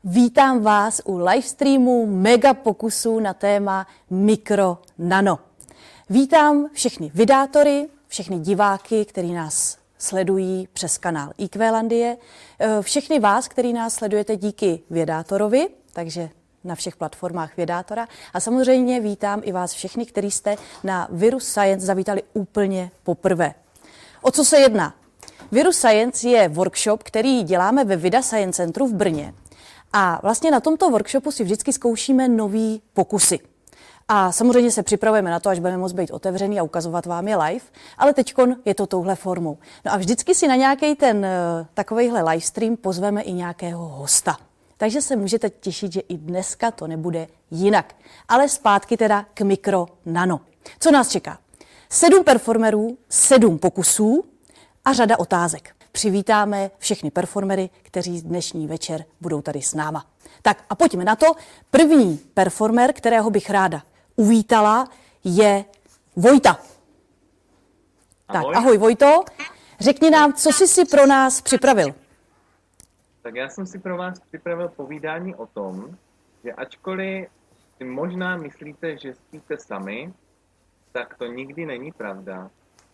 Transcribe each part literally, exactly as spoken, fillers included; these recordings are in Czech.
Vítám vás u livestreamu mega pokusů na téma mikro nano. Vítám všechny vydátory, všechny diváky, kteří nás sledují přes kanál IQlandie, všechny vás, kteří nás sledujete díky Vědátorovi, takže na všech platformách Vědátora. A samozřejmě vítám i vás všechny, kteří jste na Virus Science zavítali úplně poprvé. O co se jedná? Virus Science je workshop, který děláme ve Vida Science Centru v Brně. A vlastně na tomto workshopu si vždycky zkoušíme nový pokusy. A samozřejmě se připravujeme na to, až budeme moct být otevřený a ukazovat vám je live, ale teďkon je to touhle formou. No a vždycky si na nějaký ten takovejhle livestream pozveme i nějakého hosta. Takže se můžete těšit, že i dneska to nebude jinak. Ale zpátky teda k mikro nano. Co nás čeká? Sedm performerů, sedm pokusů a řada otázek. Přivítáme všechny performery, kteří dnešní večer budou tady s náma. Tak a pojďme na to. První performer, kterého bych ráda uvítala, je Vojta. Ahoj. Tak, ahoj Vojto. Řekni nám, co jsi si pro nás připravil. Tak já jsem si pro vás připravil povídání o tom, že ačkoliv si možná myslíte, že spíte sami, tak to nikdy není pravda.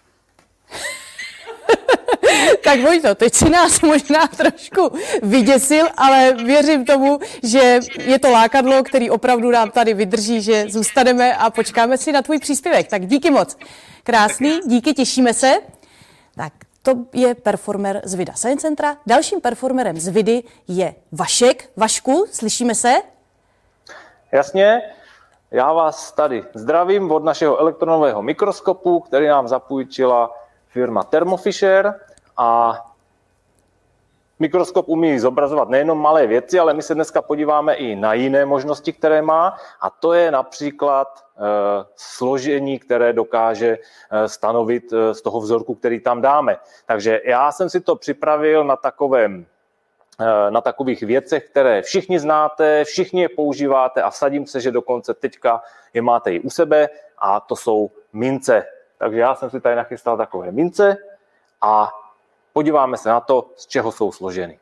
Tak Vojto, teď si nás možná trošku vyděsil, ale věřím tomu, že je to lákadlo, který opravdu nám tady vydrží, že zůstaneme a počkáme si na tvůj příspěvek. Tak díky moc. Krásný, díky, těšíme se. Tak to je performer z Vida Science Centra. Dalším performerem z Vidy je Vašek. Vašku, slyšíme se? Jasně. Já vás tady zdravím od našeho elektronového mikroskopu, který nám zapůjčila firma Thermo Fisher. A mikroskop umí zobrazovat nejenom malé věci, ale my se dneska podíváme i na jiné možnosti, které má. A to je například e, složení, které dokáže e, stanovit e, z toho vzorku, který tam dáme. Takže já jsem si to připravil na takovém na takových věcech, které všichni znáte, všichni je používáte a vsadím se, že dokonce teďka je máte i u sebe a to jsou mince. Takže já jsem si tady nachystal takové mince a podíváme se na to, z čeho jsou složeny.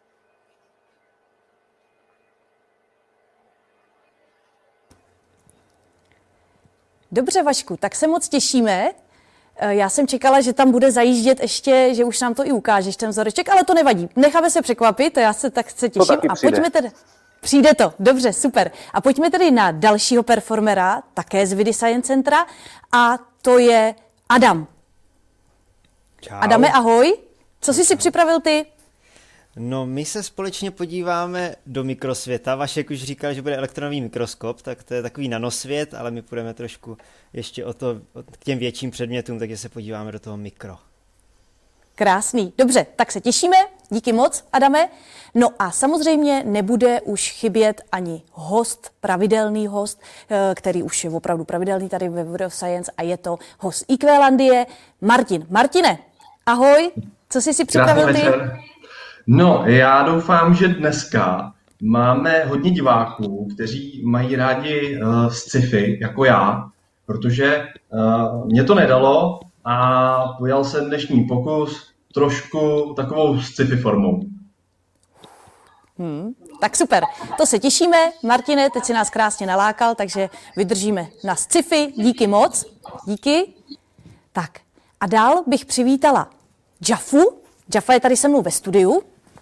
Dobře, Vašku, tak se moc těšíme. Já jsem čekala, že tam bude zajíždět ještě, že už nám to i ukážeš, ten vzoreček, ale to nevadí. Necháme se překvapit, já se tak se těším. A pojďme tedy. Přijde to, dobře, super. A pojďme tedy na dalšího performera, také z Vidy Science Centra, a to je Adam. Čau. Adame, ahoj. Co jsi si připravil ty? No, my se společně podíváme do mikrosvěta. Vašek už říkal, že bude elektronový mikroskop, tak to je takový nanosvět, ale my půjdeme trošku ještě o to, k těm větším předmětům, takže se podíváme do toho mikro. Krásný. Dobře, tak se těšíme. Díky moc, Adame. No a samozřejmě nebude už chybět ani host, pravidelný host, který už je opravdu pravidelný tady ve Virus Science a je to host IQlandie, Martin. Martine, ahoj. Co jsi si připravil ty? No, já doufám, že dneska máme hodně diváků, kteří mají rádi uh, sci-fi, jako já, protože uh, mě to nedalo a pojal jsem dnešní pokus trošku takovou sci-fi formou. Hmm, tak super, to se těšíme. Martine, teď si nás krásně nalákal, takže vydržíme na sci-fi. Díky moc, díky. Tak a dál bych přivítala Jaffu. Jaffa je tady se mnou ve studiu.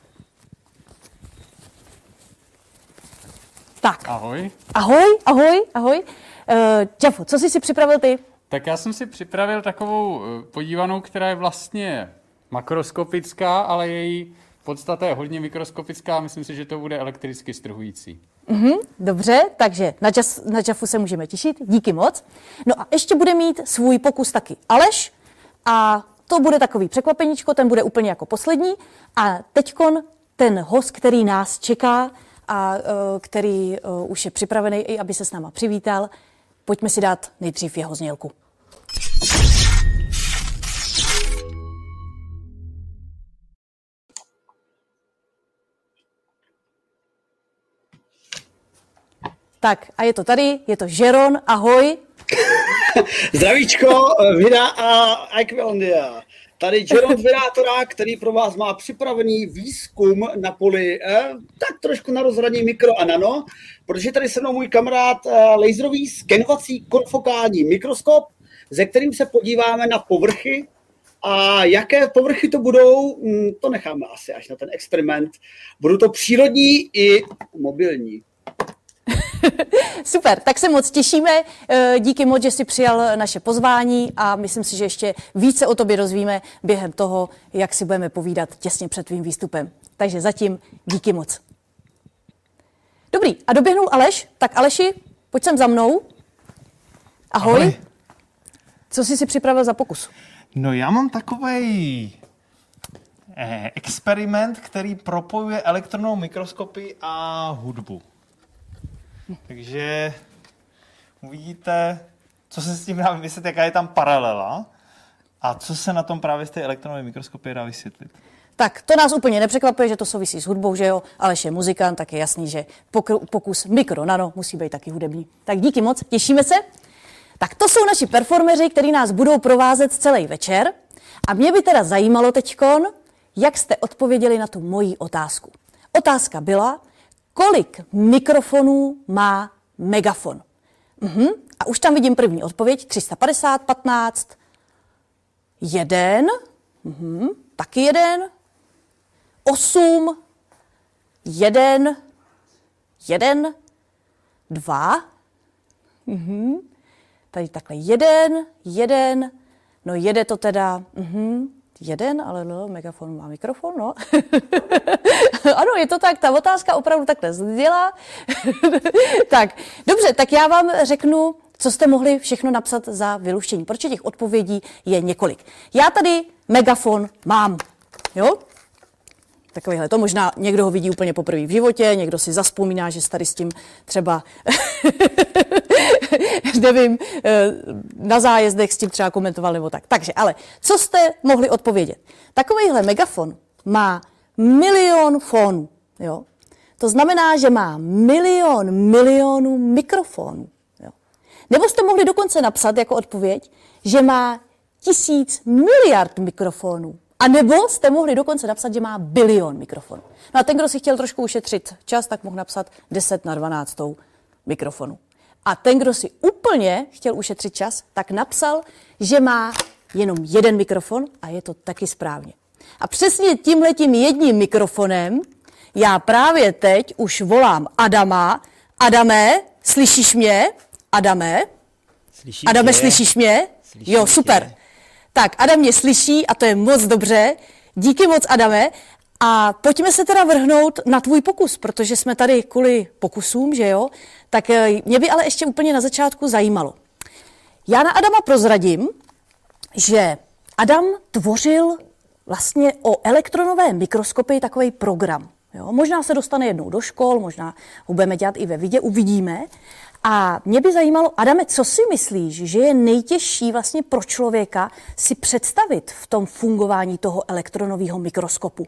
Tak. Ahoj. Ahoj, ahoj, ahoj. Uh, Jaffo, co jsi si připravil ty? Tak já jsem si připravil takovou podívanou, která je vlastně makroskopická, ale její podstata je hodně mikroskopická a myslím si, že to bude elektricky strhující. Mm-hmm, dobře, takže na, jas, na Jaffu se můžeme těšit. Díky moc. No a ještě bude mít svůj pokus taky Aleš a to bude takový překvapeníčko, ten bude úplně jako poslední. A teďkon ten host, který nás čeká a uh, který uh, už je připravený, i aby se s náma přivítal, pojďme si dát nejdřív jeho znělku. Tak a je to tady, je to Žeron, ahoj. Zdravíčko, Vida a IQlandie. tady Jerome Vydátora, který pro vás má připravený výzkum na poli eh, tak trošku na rozhraní mikro a nano, protože tady se mnou můj kamarád eh, laserový skenovací konfokální mikroskop, ze kterým se podíváme na povrchy. A jaké povrchy to budou, to necháme asi až na ten experiment. Budou to přírodní i mobilní. Super, tak se moc těšíme. Díky moc, že jsi přijal naše pozvání a myslím si, že ještě více o tobě dozvíme během toho, jak si budeme povídat těsně před tvým výstupem. Takže zatím díky moc. Dobrý, a doběhnul Aleš. Tak Aleši, pojď sem za mnou. Ahoj. Ahoj. Co jsi si připravil za pokus? No já mám takovej eh, experiment, který propojuje elektronovou mikroskopii a hudbu. Takže uvidíte, co se s tím dá vysvětlit, jaká je tam paralela a co se na tom právě z té elektronové mikroskopie dá vysvětlit. Tak to nás úplně nepřekvapuje, že to souvisí s hudbou, že jo? Aleš je muzikant, tak je jasný, že pokus mikro nano musí být taky hudební. Tak díky moc, těšíme se. Tak to jsou naši performeři, kteří nás budou provázet celý večer. A mě by teda zajímalo teďkon, jak jste odpověděli na tu moji otázku. Otázka byla, kolik mikrofonů má megafon? Mhm. A už tam vidím první odpověď, tři sta padesát, patnáct, jeden, mhm. taky jeden, osm, jeden, jeden, dva, mhm. Tady takhle jeden, jeden, no jede to teda, mhm, jeden, ale no, megafon má mikrofon, no. Ano, je to tak, ta otázka opravdu takhle dělá. Tak, dobře, tak já vám řeknu, co jste mohli všechno napsat za vyluštění, protože těch odpovědí je několik. Já tady megafon mám, jo? Takovýhle, to možná někdo ho vidí úplně poprvé v životě, někdo si zazpomíná, že tady s tím třeba, nevím, na zájezdech s tím třeba komentoval nebo tak. Takže, ale co jste mohli odpovědět? Takovýhle megafon má milion fonů, jo? To znamená, že má milion milionů mikrofonů, jo? Nebo jste mohli dokonce napsat jako odpověď, že má tisíc miliard mikrofonů. A nebo jste mohli dokonce napsat, že má bilion mikrofonů. No a ten, kdo si chtěl trošku ušetřit čas, tak mohl napsat deset na dvanáct mikrofonu. A ten, kdo si úplně chtěl ušetřit čas, tak napsal, že má jenom jeden mikrofon a je to taky správně. A přesně tímhletím jedním mikrofonem já právě teď už volám Adama. Adame, slyšíš mě? Adame? Slyšíš Adame, mě? slyšíš mě? Slyším Jo, super. tě. Tak, Adam mě slyší a to je moc dobře. Díky moc, Adame. A pojďme se teda vrhnout na tvůj pokus, protože jsme tady kvůli pokusům, že jo? Tak mě by ale ještě úplně na začátku zajímalo. Já na Adama prozradím, že Adam tvořil vlastně o elektronové mikroskopii takový program. Jo? Možná se dostane jednou do škol, možná ho budeme dělat i ve vidě, uvidíme. A mě by zajímalo, Adame, co si myslíš, že je nejtěžší vlastně pro člověka si představit v tom fungování toho elektronového mikroskopu?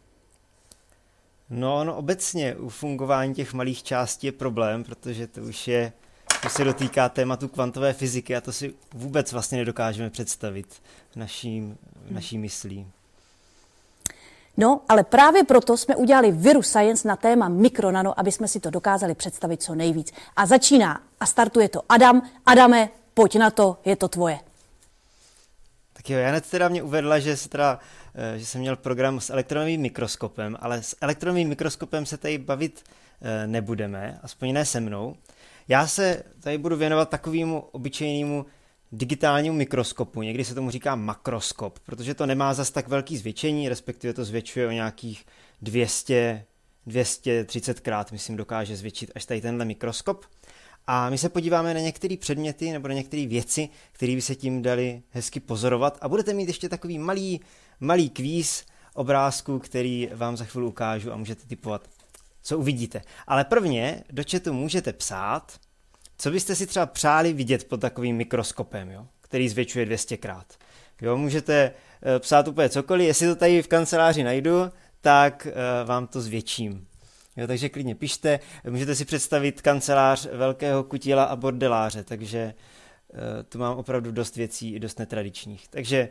No, no obecně u fungování těch malých částí je problém, protože to už je, to se dotýká tématu kvantové fyziky a to si vůbec vlastně nedokážeme představit naším, naší myslí. No, ale právě proto jsme udělali Viru Science na téma mikronano, aby jsme si to dokázali představit co nejvíc. A začíná a startuje to Adam. Adame, pojď na to, je to tvoje. Tak jo, Janet teda mě uvedla, že, se teda, že jsem měl program s elektronovým mikroskopem, ale s elektronovým mikroskopem se tady bavit nebudeme, aspoň ne se mnou. Já se tady budu věnovat takovému obyčejnému digitálnímu mikroskopu, někdy se tomu říká makroskop, protože to nemá zas tak velký zvětšení, respektive to zvětšuje o nějakých dvě stě, dvě stě třicet krát, myslím, dokáže zvětšit až tady tenhle mikroskop. A my se podíváme na některé předměty nebo na některé věci, které by se tím dali hezky pozorovat a budete mít ještě takový malý, malý kvíz obrázku, který vám za chvíli ukážu a můžete tipovat, co uvidíte. Ale prvně do chatu můžete psát, co byste si třeba přáli vidět pod takovým mikroskopem, jo, který zvětšuje dvě stě krát. Jo, můžete uh, psát úplně cokoliv, jestli to tady v kanceláři najdu, tak uh, vám to zvětším. Jo, takže klidně pište, můžete si představit kancelář velkého kutíla a bordeláře, takže uh, tu mám opravdu dost věcí, dost netradičních. Takže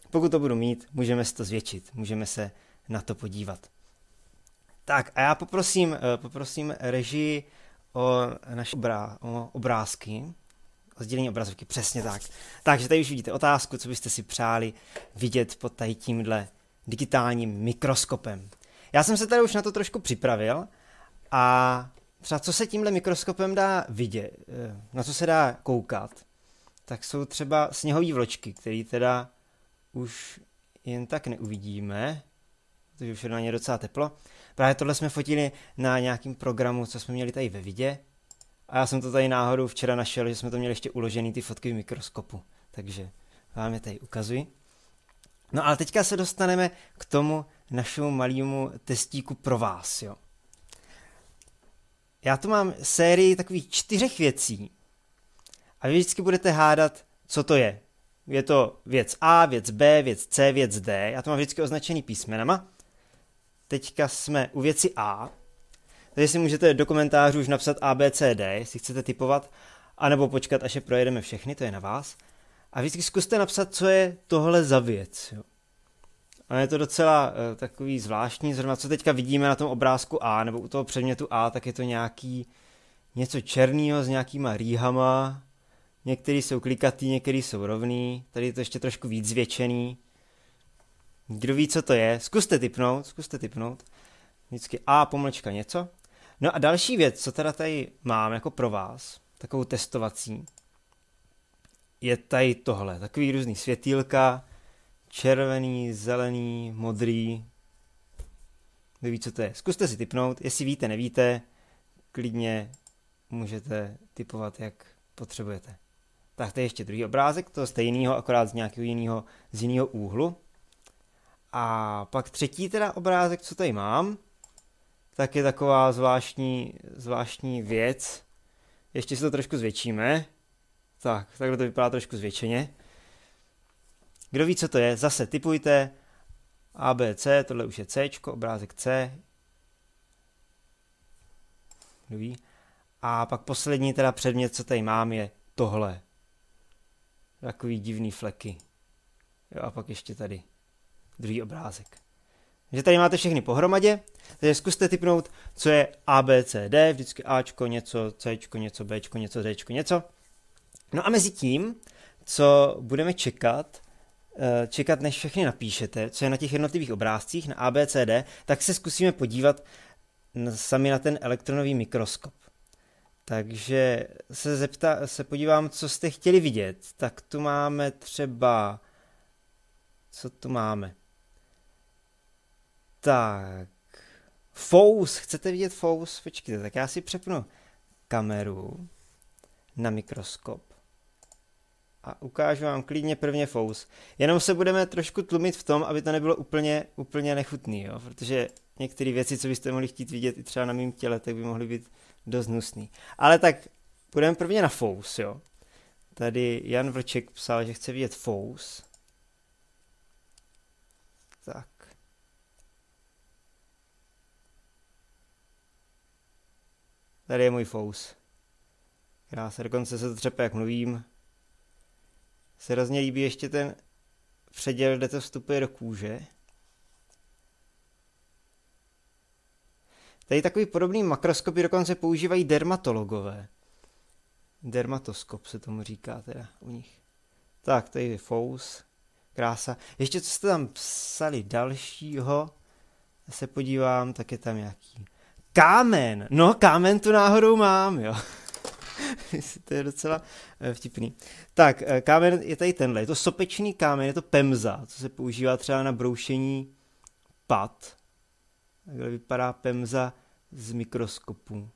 Pokud to budu mít, můžeme si to zvětšit, můžeme se na to podívat. Tak a já poprosím, poprosím režii o naše obrá, o obrázky, o sdělení obrazovky, přesně tak. Takže tady už vidíte otázku, co byste si přáli vidět pod tady tímhle digitálním mikroskopem. Já jsem se tady už na to trošku připravil a třeba co se tímhle mikroskopem dá vidět, na co se dá koukat, tak jsou třeba sněhové vločky, které teda už jen tak neuvidíme, protože už je na ně docela teplo. Právě tohle jsme fotili na nějakým programu, co jsme měli tady ve vidě. A já jsem to tady náhodou včera našel, že jsme to měli ještě uložený ty fotky v mikroskopu. Takže vám je tady ukazuji. No ale teďka se dostaneme k tomu našemu malému testíku pro vás. Jo. Já tu mám sérii takových čtyřech věcí a vy vždycky budete hádat, co to je. Je to věc A, věc B, věc C, věc D. Já to mám vždycky označený písmenama. Teďka jsme u věci A. Takže si můžete do komentářů už napsat A, B, C, D, jestli chcete typovat, anebo počkat, až je projedeme všechny, to je na vás. A vždycky zkuste napsat, co je tohle za věc. Jo. A je to docela uh, takový zvláštní, zrovna co teďka vidíme na tom obrázku A, nebo u toho předmětu A, tak je to nějaký něco černýho s nějakýma rýhama. Některý jsou klikatý, některý jsou rovný, tady je to ještě trošku víc zvětšený. Kdo ví, co to je, zkuste tipnout, zkuste tipnout. Vždycky A pomlčka něco. No a další věc, co teda tady mám jako pro vás, takovou testovací, je tady tohle, takový různý světýlka, červený, zelený, modrý. Kdo ví, co to je, zkuste si tipnout, jestli víte, nevíte, klidně můžete tipovat, jak potřebujete. Tak to je ještě druhý obrázek, toho stejného, akorát z nějakého jiného, z jiného úhlu. A pak třetí teda obrázek, co tady mám, tak je taková zvláštní, zvláštní věc. Ještě si to trošku zvětšíme. Tak, takhle to vypadá trošku zvětšeně. Kdo ví, co to je, zase tipujte. A, B, C, tohle už je C, obrázek C. Kdo ví? A pak poslední teda předmět, co tady mám, je tohle. Takový divný fleky. Jo, a pak ještě tady druhý obrázek. Takže tady máte všechny pohromadě, takže zkuste tipnout, co je A, B, C, D, vždycky Ačko, něco, Cčko, něco, Bčko, něco, Dčko, něco. No a mezi tím, co budeme čekat, čekat, než všechny napíšete, co je na těch jednotlivých obrázcích, na A, B, C, D, tak se zkusíme podívat sami na ten elektronový mikroskop. Takže se, zepta, se podívám, co jste chtěli vidět. Tak tu máme třeba... Co tu máme? Tak... Fous. Chcete vidět fous? Počkejte, tak já si přepnu kameru na mikroskop. A ukážu vám klidně prvně fous. Jenom se budeme trošku tlumit v tom, aby to nebylo úplně, úplně nechutný, jo? Protože některé věci, co byste mohli chtít vidět i třeba na mým těle, tak by mohly být dost hnusný. Ale tak půjdeme prvně na fous, jo. Tady Jan Vlček psal, že chce vidět fous. Tak. Tady je můj fous. Krása, dokonce se to třepe, jak mluvím. Se hrozně líbí ještě ten předěl, kde to vstupuje do kůže. Tady takový podobný makroskopy dokonce používají dermatologové. Dermatoskop se tomu říká teda u nich. Tak, tady je fous. Krása. Ještě co jste tam psali dalšího, se podívám, tak je tam nějaký kámen. No, kámen tu náhodou mám, jo. To je docela vtipný. Tak, kámen je tady tenhle. Je to sopečný kámen, je to pemza, co se používá třeba na broušení pat. Takhle vypadá pemza z mikroskopu.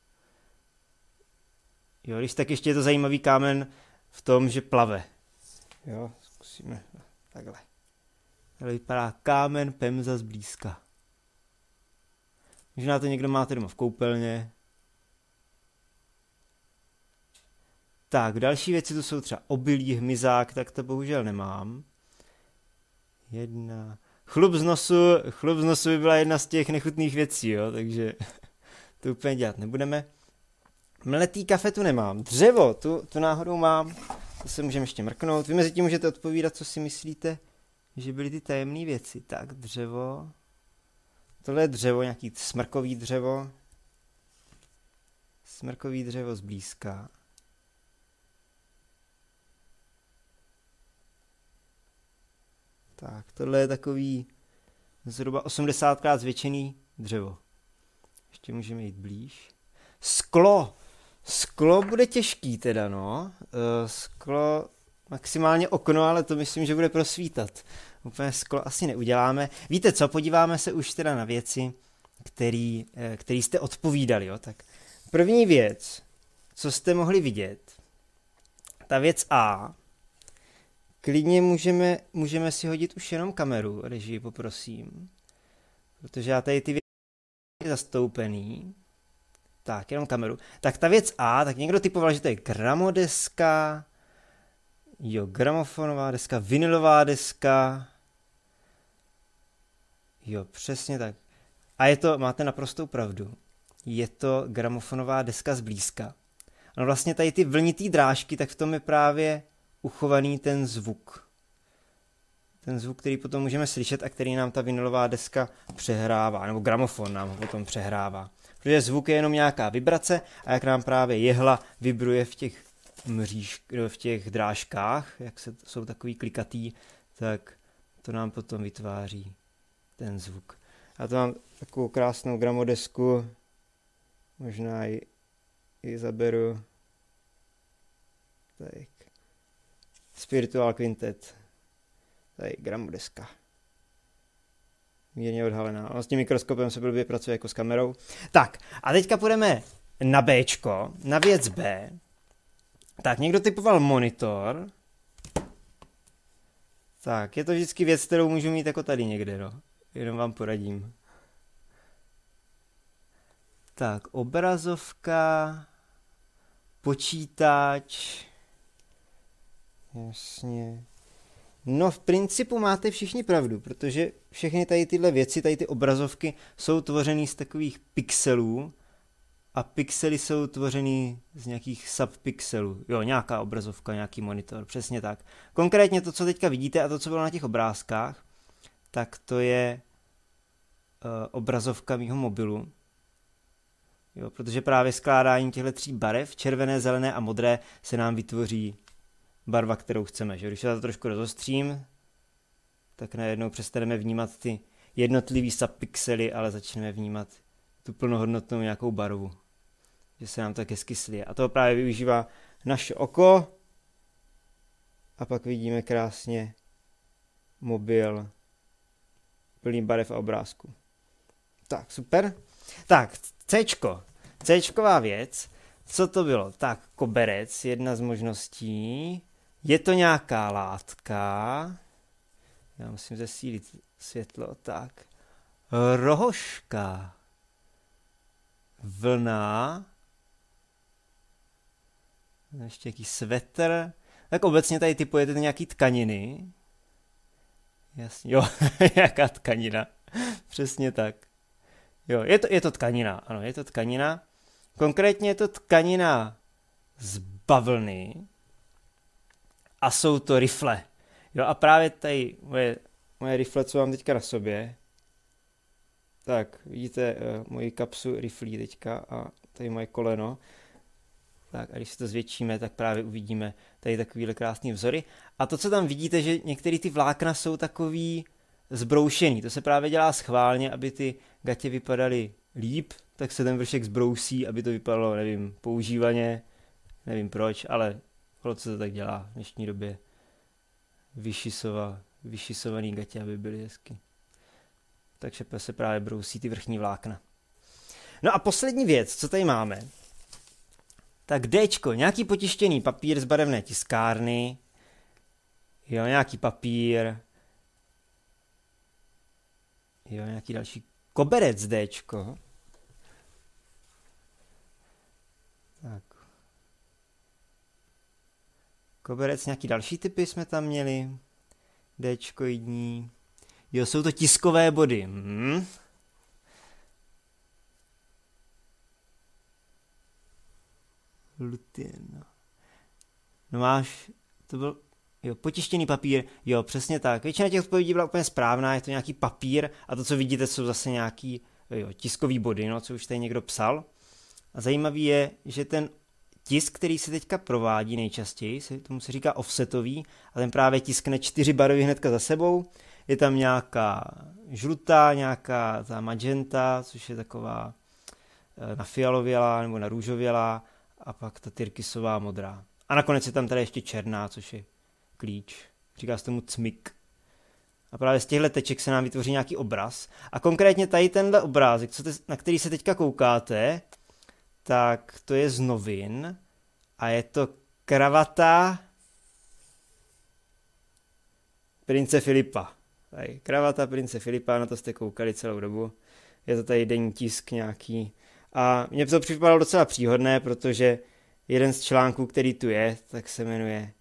Jo, když tak ještě je to zajímavý kámen v tom, že plave. Jo, zkusíme takhle. Takhle vypadá kámen pemza zblízka. Možná to někdo máte doma v koupelně. Tak, další věci tu jsou třeba obilí, hmyzák, tak to bohužel nemám. Jedna... Chlup z nosu, chlup z nosu by byla jedna z těch nechutných věcí, jo, takže to úplně dělat nebudeme. Mletý kafe tu nemám. Dřevo, tu, tu náhodou mám. To se můžeme ještě mrknout. Vy mezi tím můžete odpovídat, co si myslíte, že byly ty tajemné věci. Tak, dřevo. Tohle je dřevo, nějaký smrkový dřevo. Smrkový dřevo zblízka. Tak, tohle je takový zhruba osmdesátkrát zvětšený dřevo. Ještě můžeme jít blíž. Sklo! Sklo bude těžký teda, no. Uh, sklo, maximálně okno, ale to myslím, že bude prosvítat. Úplně sklo asi neuděláme. Víte co, podíváme se už teda na věci, který, který jste odpovídali, jo. Tak první věc, co jste mohli vidět, ta věc A, klidně můžeme, můžeme si hodit už jenom kameru, režii poprosím, protože já tady ty věci zastoupený. Tak, jenom kameru. Tak ta věc A, tak někdo typoval, že to je gramodeska, jo, gramofonová deska, vinylová deska, jo, přesně tak. A je to, máte naprostou pravdu, je to gramofonová deska zblízka. No vlastně tady ty vlnitý drážky, tak v tom je právě uchovaný ten zvuk. Ten zvuk, který potom můžeme slyšet a který nám ta vinylová deska přehrává, nebo gramofon nám ho potom přehrává. Protože zvuk je jenom nějaká vibrace a jak nám právě jehla vibruje v těch mříž, v těch drážkách, jak se, jsou takový klikatý, tak to nám potom vytváří ten zvuk. A to mám takovou krásnou gramodesku, možná ji, ji zaberu. Tak. Spiritual Quintet. Tady gramodeska. Mírně odhalená. A s tím mikroskopem se blbě pracuje jako s kamerou. Tak, a teďka půjdeme na Bčko, na věc B. Tak, někdo typoval monitor. Tak, je to vždycky věc, kterou můžu mít jako tady někde, no. Jenom vám poradím. Tak, obrazovka, počítač. Jasně. No v principu máte všichni pravdu, protože všechny tady tyhle věci, tady ty obrazovky jsou tvořený z takových pixelů a pixely jsou tvořený z nějakých subpixelů. Jo, nějaká obrazovka, nějaký monitor, přesně tak. Konkrétně to, co teďka vidíte a to, co bylo na těch obrázkách, tak to je uh, obrazovka mýho mobilu. Jo, protože právě skládání těchto tří barev, červené, zelené a modré, se nám vytvoří barva, kterou chceme. Že? Když se to trošku rozostřím, tak najednou přestaneme vnímat ty jednotlivý subpixely, ale začneme vnímat tu plnohodnotnou nějakou barvu. Že se nám tak hezky slije. A to právě využívá naše oko. A pak vidíme krásně mobil plný barev a obrázku. Tak, super. Tak, Cčko. Cčková věc. Co to bylo? Tak, koberec, jedna z možností. Je to nějaká látka. Já musím zesílit světlo. Tak. Rohožka. Vlna. Ještě jaký svetr. Tak obecně tady typujete nějaký tkaniny. Jasně, jo, jaká tkanina. Přesně tak. Jo, je to, je to tkanina, ano, je to tkanina. Konkrétně je to tkanina z bavlny a jsou to rifle. Jo, a právě tady moje, moje rifle, co mám teďka na sobě. Tak, vidíte uh, moji kapsu riflí teďka a tady moje koleno. Tak a když si to zvětšíme, tak právě uvidíme tady takovýhle krásný vzory. A to, co tam vidíte, že některé ty vlákna jsou takový zbroušený. To se právě dělá schválně, aby ty gatě vypadaly líp, tak se ten vršek zbrousí, aby to vypadalo, nevím, používaně, nevím proč, ale co to tak dělá v dnešní době. Vyšisova, vyšisovaný gatě, aby byly hezky. Takže se právě brousí ty vrchní vlákna. No a poslední věc, co tady máme. Tak Dčko, nějaký potištěný papír z barevné tiskárny. Jo, nějaký papír. Jo, nějaký další koberec Dčko. Tak. Koberec, nějaký další typy jsme tam měli. Dčko jední. Jo, jsou to tiskové body. Hmm. Lutien. No máš, to byl Jo, potištěný papír, jo, přesně tak. Většina těch odpovědí byla úplně správná, je to nějaký papír a to, co vidíte, jsou zase nějaký jo, tiskový body, no, co už tady někdo psal. A zajímavý je, že ten tisk, který se teďka provádí nejčastěji, se, tomu se říká offsetový, a ten právě tiskne čtyři barvy hnedka za sebou. Je tam nějaká žlutá, nějaká ta magenta, což je taková nafialovělá nebo narůžovělá, a pak ta tyrkysová modrá. A nakonec je tam tady ještě černá, což je klíč. Říká se tomu cmik. A právě z těchto teček se nám vytvoří nějaký obraz. A konkrétně tady tenhle obrázek, co te, na který se teďka koukáte, tak to je z novin a je to kravata prince Filipa. Tady, kravata prince Filipa, na to jste koukali celou dobu. Je to tady denní tisk nějaký. A mně to připadalo docela příhodné, protože jeden z článků, který tu je, tak se jmenuje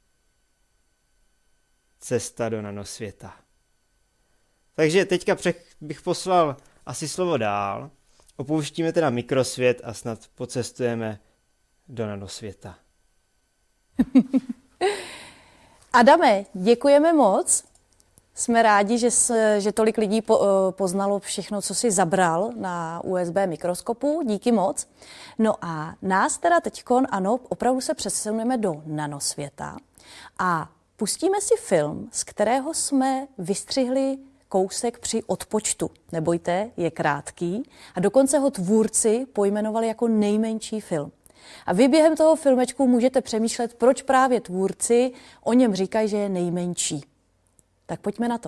Cesta do nanosvěta. Takže teďka bych poslal asi slovo dál. Opouštíme teda mikrosvět a snad pocestujeme do nanosvěta. Adame, děkujeme moc. Jsme rádi, že, s, že tolik lidí po, poznalo všechno, co si zabral na U S B mikroskopu. Díky moc. No a nás teda teďkon, ano, opravdu se přesuneme do nanosvěta a pustíme si film, z kterého jsme vystřihli kousek při odpočtu. Nebojte, je krátký a dokonce ho tvůrci pojmenovali jako nejmenší film. A vy během toho filmečku můžete přemýšlet, proč právě tvůrci o něm říkají, že je nejmenší. Tak pojďme na to.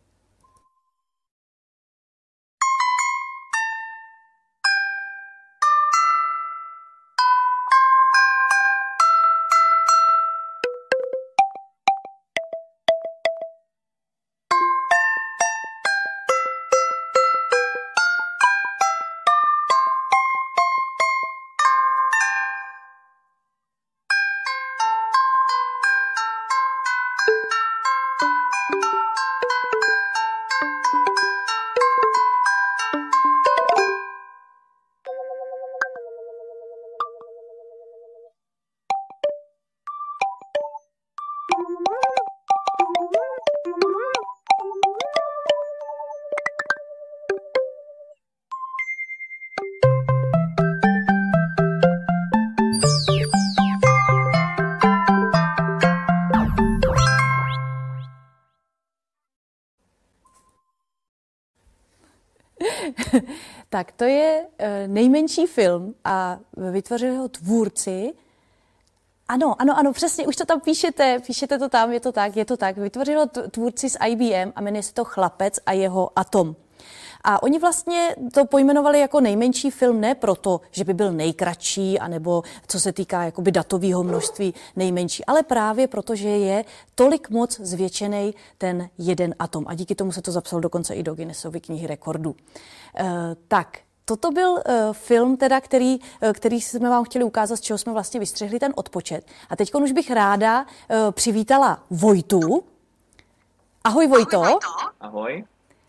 Tak to je nejmenší film a vytvořili ho tvůrci. Ano, ano, ano, přesně, už to tam píšete, píšete to tam, je to tak, je to tak. Vytvořili ho tvůrci z I B M a jmenuje se to Chlapec a jeho atom. A oni vlastně to pojmenovali jako nejmenší film ne proto, že by byl nejkratší, anebo co se týká jakoby datového množství nejmenší, ale právě proto, že je tolik moc zvětšený ten jeden atom. A díky tomu se to zapsalo dokonce i do Guinnessovy knihy rekordů. E, tak, toto byl uh, film, teda, který, uh, který jsme vám chtěli ukázat, z čeho jsme vlastně vystřihli ten odpočet. A teď už bych ráda uh, přivítala Vojtu. Ahoj, Vojto. Ahoj.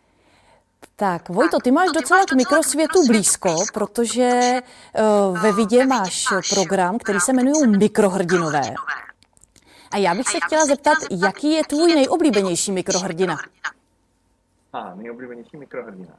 Tak, Vojto, ty máš docela k mikrosvětu blízko, protože uh, ve Vidě máš program, který se jmenuje Mikrohrdinové. A já bych se chtěla zeptat, jaký je tvůj nejoblíbenější mikrohrdina? A, nejoblíbenější mikrohrdina.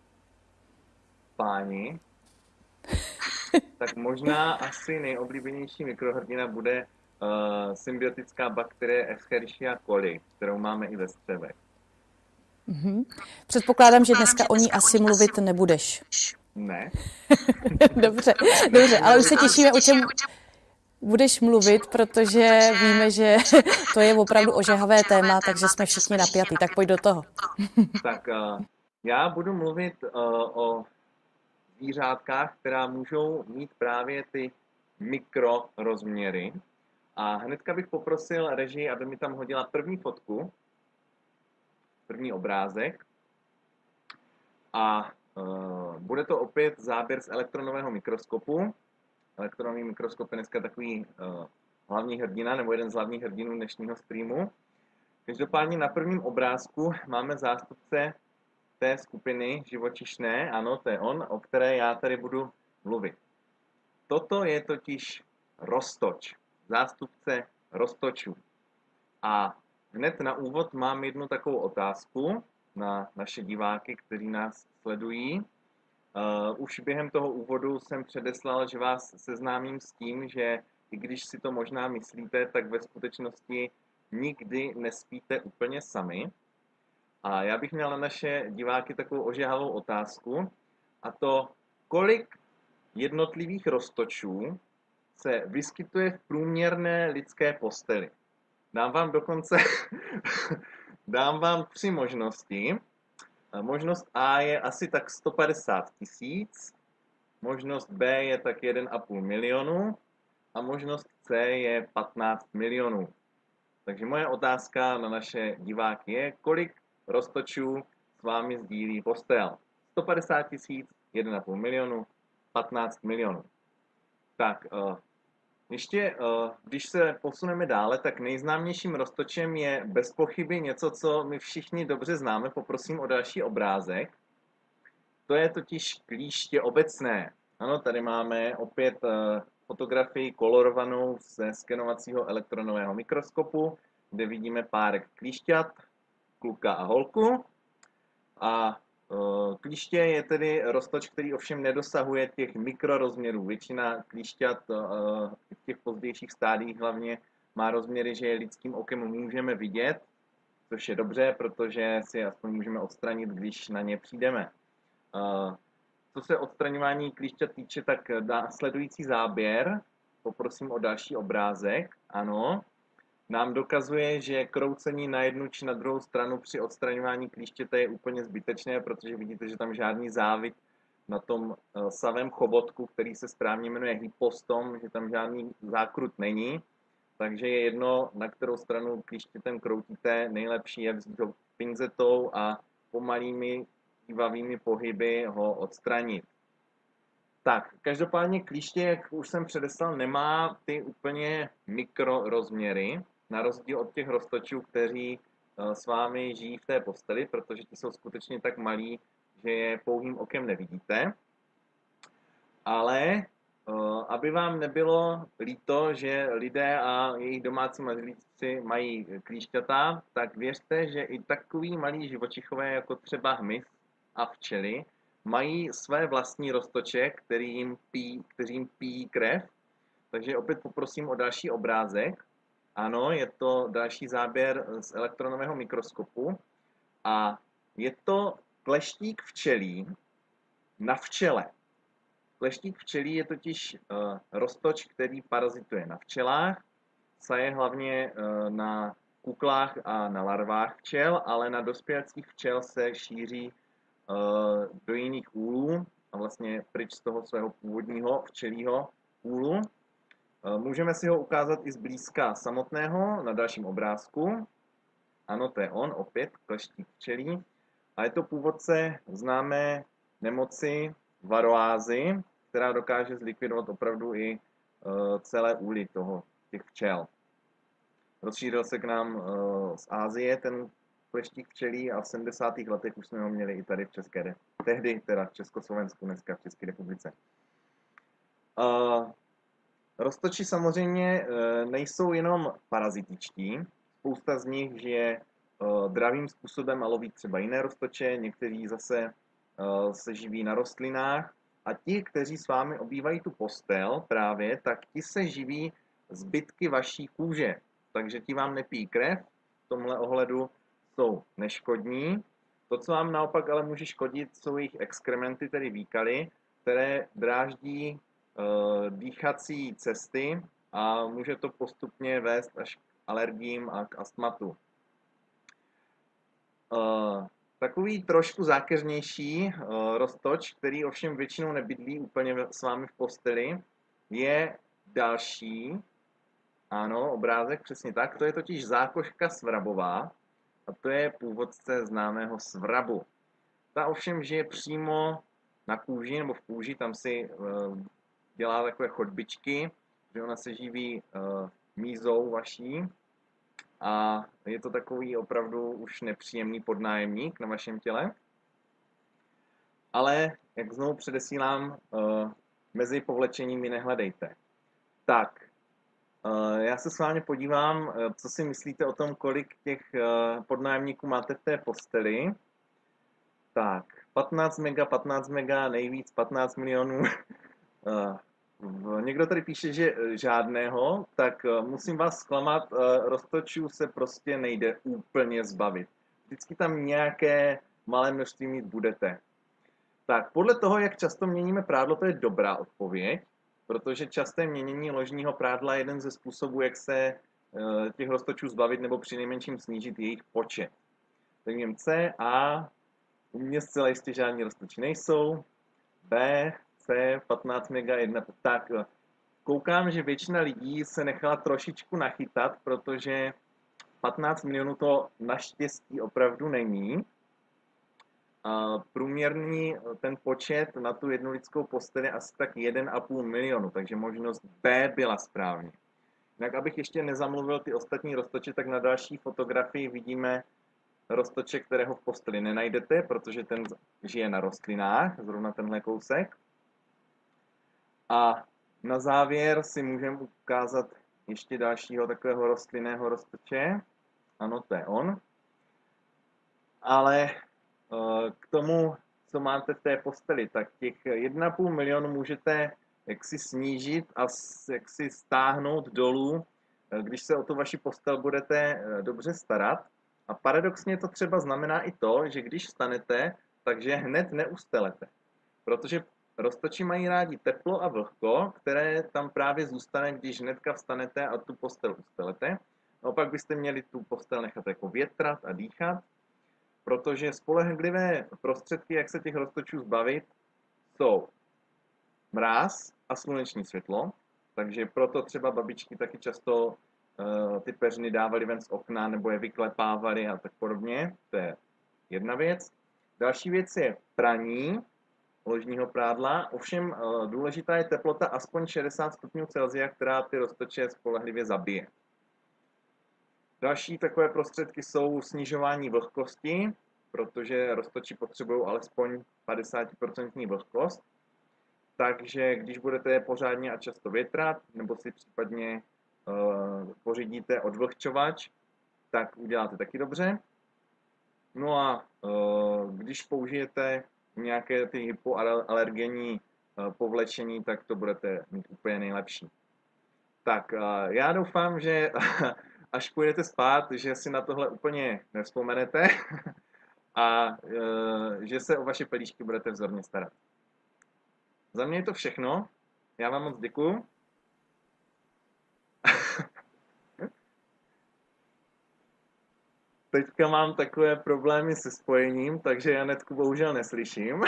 Páni, tak možná asi nejoblíbenější mikrohrdina bude uh, symbiotická bakterie Escherichia coli, kterou máme i ve střevech. Mm-hmm. Předpokládám, že dneska o ní asi mluvit nebudeš. Ne. Dobře, dobře, ale už se těšíme, o čem budeš mluvit, protože víme, že to je opravdu ožehavé téma, takže jsme všichni napjatí, tak pojď do toho. Tak uh, já budu mluvit uh, o zvířátkách, která můžou mít právě ty mikrorozměry. A hnedka bych poprosil režii, aby mi tam hodila první fotku, první obrázek. A uh, bude to opět záběr z elektronového mikroskopu. Elektronový mikroskop je dneska takový uh, hlavní hrdina, nebo jeden z hlavních hrdinů dnešního streamu. Každopádně na prvním obrázku máme zástupce té skupiny živočišné, ano, to je on, o které já tady budu mluvit. Toto je totiž roztoč, zástupce roztočů. A hned na úvod mám jednu takovou otázku na naše diváky, kteří nás sledují. Uh, už během toho úvodu jsem předeslal, že vás seznámím s tím, že i když si to možná myslíte, tak ve skutečnosti nikdy nespíte úplně sami. A já bych měl na naše diváky takovou ožehavou otázku, a to, kolik jednotlivých roztočů se vyskytuje v průměrné lidské posteli. Dám vám dokonce dám vám tři možnosti. Možnost A je asi tak sto padesát tisíc, možnost B je tak jeden a půl milionu a možnost C je patnáct milionů. Takže moje otázka na naše diváky je, kolik roztočů s vámi sdílí postel. sto padesát tisíc, jeden a půl milionu, patnáct milionů. Tak, ještě když se posuneme dále, tak nejznámějším roztočem je bez pochyby něco, co my všichni dobře známe. Poprosím o další obrázek. To je totiž klíště obecné. Ano, tady máme opět fotografii kolorovanou ze skenovacího elektronového mikroskopu, kde vidíme párek klíšťat, kluka a holku. A klíště je tedy roztoč, který ovšem nedosahuje těch mikrorozměrů. Většina klíšťat v těch pozdějších stádiích hlavně má rozměry, že je lidským okem můžeme vidět, což je dobře, protože si aspoň můžeme odstranit, když na ně přijdeme. Co se odstraňování klíšťat týče, tak sledující záběr, poprosím o další obrázek, ano, nám dokazuje, že kroucení na jednu či na druhou stranu při odstraňování klíštěte je úplně zbytečné, protože vidíte, že tam žádný závit na tom savém chobotku, který se správně jmenuje hypostom, že tam žádný zákrut není, takže je jedno, na kterou stranu klíštětem kroutíte, nejlepší je vzít ho pinzetou a pomalými kývavými pohyby ho odstranit. Tak, každopádně klíště, jak už jsem předeslal, nemá ty úplně mikrorozměry, na rozdíl od těch roztočů, kteří s vámi žijí v té posteli, protože ti jsou skutečně tak malí, že je pouhým okem nevidíte. Ale aby vám nebylo líto, že lidé a jejich domácí mazlíci mají klíšťata, tak věřte, že i takový malí živočichové, jako třeba hmyz a včely, mají své vlastní roztoče, který jim pí, kteří jim pijí krev. Takže opět poprosím o další obrázek. Ano, je to další záběr z elektronového mikroskopu. A je to kleštík včelí na včele. Kleštík včelí je totiž uh, roztoč, který parazituje na včelách. Saje hlavně uh, na kuklách a na larvách včel, ale na dospělých včel se šíří do jiných úlů a vlastně pryč z toho svého původního včelího úlu. Můžeme si ho ukázat i zblízka samotného na dalším obrázku. Ano, to je on, opět kleštík včelí. A je to původce známé nemoci varoázy, která dokáže zlikvidovat opravdu i celé úly toho, těch včel. Rozšířil se k nám z Asie ten kleštík včelí a v sedmdesátých letech už jsme ho měli i tady v České republice. Tehdy teda v Československu, dneska v České republice. Uh, roztoči samozřejmě uh, nejsou jenom parazitičtí. Spousta z nich žije uh, dravým způsobem a loví třeba jiné roztoče, někteří zase uh, se živí na rostlinách. A ti, kteří s vámi obývají tu postel právě, tak ti se živí zbytky vaší kůže. Takže ti vám nepijí krev, v tomhle ohledu jsou neškodní. To, co vám naopak ale může škodit, jsou jejich exkrementy, tedy výkaly, které dráždí e, dýchací cesty a může to postupně vést až k alergiím a k astmatu. E, takový trošku zákeřnější e, roztoč, který ovšem většinou nebydlí úplně s vámi v posteli, je další. Ano, obrázek, přesně tak. To je totiž zákoška svrabová. A to je původce známého svrabu. Ta ovšem žije přímo na kůži nebo v kůži, tam si uh, dělá takové chodbičky, že ona se živí uh, mízou vaší a je to takový opravdu už nepříjemný podnájemník na vašem těle. Ale, jak znovu předesílám, uh, mezi povlečeními nehledejte. Tak, Já se s vámi podívám, co si myslíte o tom, kolik těch podnájemníků máte v té posteli. Tak, patnáct mega, patnáct mega, nejvíc patnáct milionů. Někdo tady píše, že žádného, tak musím vás zklamat, roztočů se prostě nejde úplně zbavit. Vždycky tam nějaké malé množství mít budete. Tak, podle toho, jak často měníme prádlo, to je dobrá odpověď, protože časté měnění ložního prádla je jeden ze způsobů, jak se těch roztočů zbavit nebo přinejmenším snížit jejich počet. Takže C, A, u mě zcela jistě žádní roztoči nejsou. B, C, patnáct mega, jedna. Tak, koukám, že většina lidí se nechala trošičku nachytat, protože patnáct milionů to naštěstí opravdu není. A průměrný ten počet na tu jednu lidskou postel je asi tak jeden a půl milionu, takže možnost B byla správně. Jinak, abych ještě nezamluvil ty ostatní roztoče, tak na další fotografii vidíme roztoče, kterého v posteli nenajdete, protože ten žije na rostlinách, zrovna tenhle kousek. A na závěr si můžeme ukázat ještě dalšího takového rostlinného roztoče. Ano, to je on. Ale k tomu, co máte v té posteli, tak těch jedna a půl milionu můžete jaksi snížit a jaksi stáhnout dolů, když se o tu vaši postel budete dobře starat. A paradoxně to třeba znamená i to, že když vstanete, takže hned neustelete. Protože roztoči mají rádi teplo a vlhko, které tam právě zůstane, když hnedka vstanete a tu postel ustelete. Naopak byste měli tu postel nechat jako větrat a dýchat, protože spolehlivé prostředky, jak se těch roztočů zbavit, jsou mráz a sluneční světlo. Takže proto třeba babičky taky často uh, ty peřiny dávaly ven z okna nebo je vyklepávaly a tak podobně. To je jedna věc. Další věc je praní ložního prádla. Ovšem uh, důležitá je teplota aspoň šedesát stupňů Celsia, která ty roztoče spolehlivě zabije. Další takové prostředky jsou snižování vlhkosti, protože roztoči potřebují alespoň padesát procent vlhkost. Takže když budete pořádně a často větrat, nebo si případně uh, pořídíte odvlhčovač, tak uděláte taky dobře. No a uh, když použijete nějaké ty hypoalergenní uh, povlečení, tak to budete mít úplně nejlepší. Tak uh, já doufám, že až půjdete spát, že si na tohle úplně nevzpomenete a e, že se o vaše pelíšky budete vzorně starat. Za mě je to všechno. Já vám moc děkuju. Teďka mám takové problémy se spojením, takže Janetku bohužel neslyším.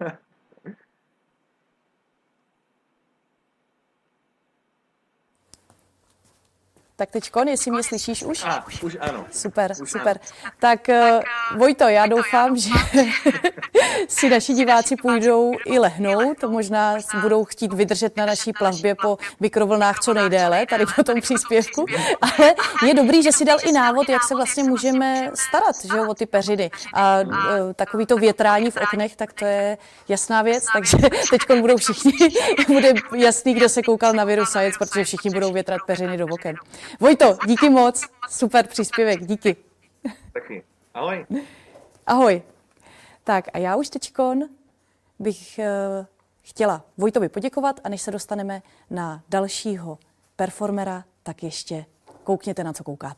Tak teďkon, jestli mě slyšíš už? A, už ano. Super, už super. Ano. Tak Vojto, já doufám, že si naši diváci půjdou i lehnout, možná budou chtít vydržet na naší plavbě po mikrovlnách co nejdéle, tady po tom příspěvku, ale je dobrý, že si dal i návod, jak se vlastně můžeme starat, že jo, o ty peřiny. A takový to větrání v oknech, tak to je jasná věc, takže teďkon budou všichni, bude jasný, kdo se koukal na Virus Science, protože všichni budou větrat peřiny do oken. Vojto, díky moc, super příspěvek, díky. Taky. Ahoj. Ahoj. Tak a já už teďkon bych uh, chtěla Vojtovi poděkovat a než se dostaneme na dalšího performera, tak ještě koukněte, na co koukáte.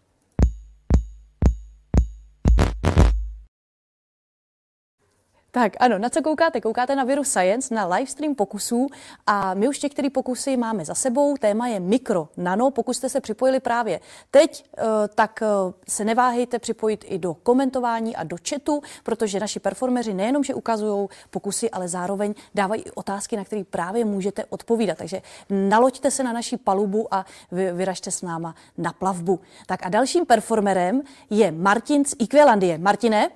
Tak ano, na co koukáte? Koukáte na Virus Science, na livestream pokusů a my už některé pokusy máme za sebou. Téma je mikro, nano. Pokud jste se připojili právě teď, tak se neváhejte připojit i do komentování a do chatu, protože naši performeři nejenom, že ukazují pokusy, ale zároveň dávají i otázky, na které právě můžete odpovídat. Takže naloďte se na naši palubu a vy, vyražte s náma na plavbu. Tak a dalším performerem je Martin z Equalandie. Martine?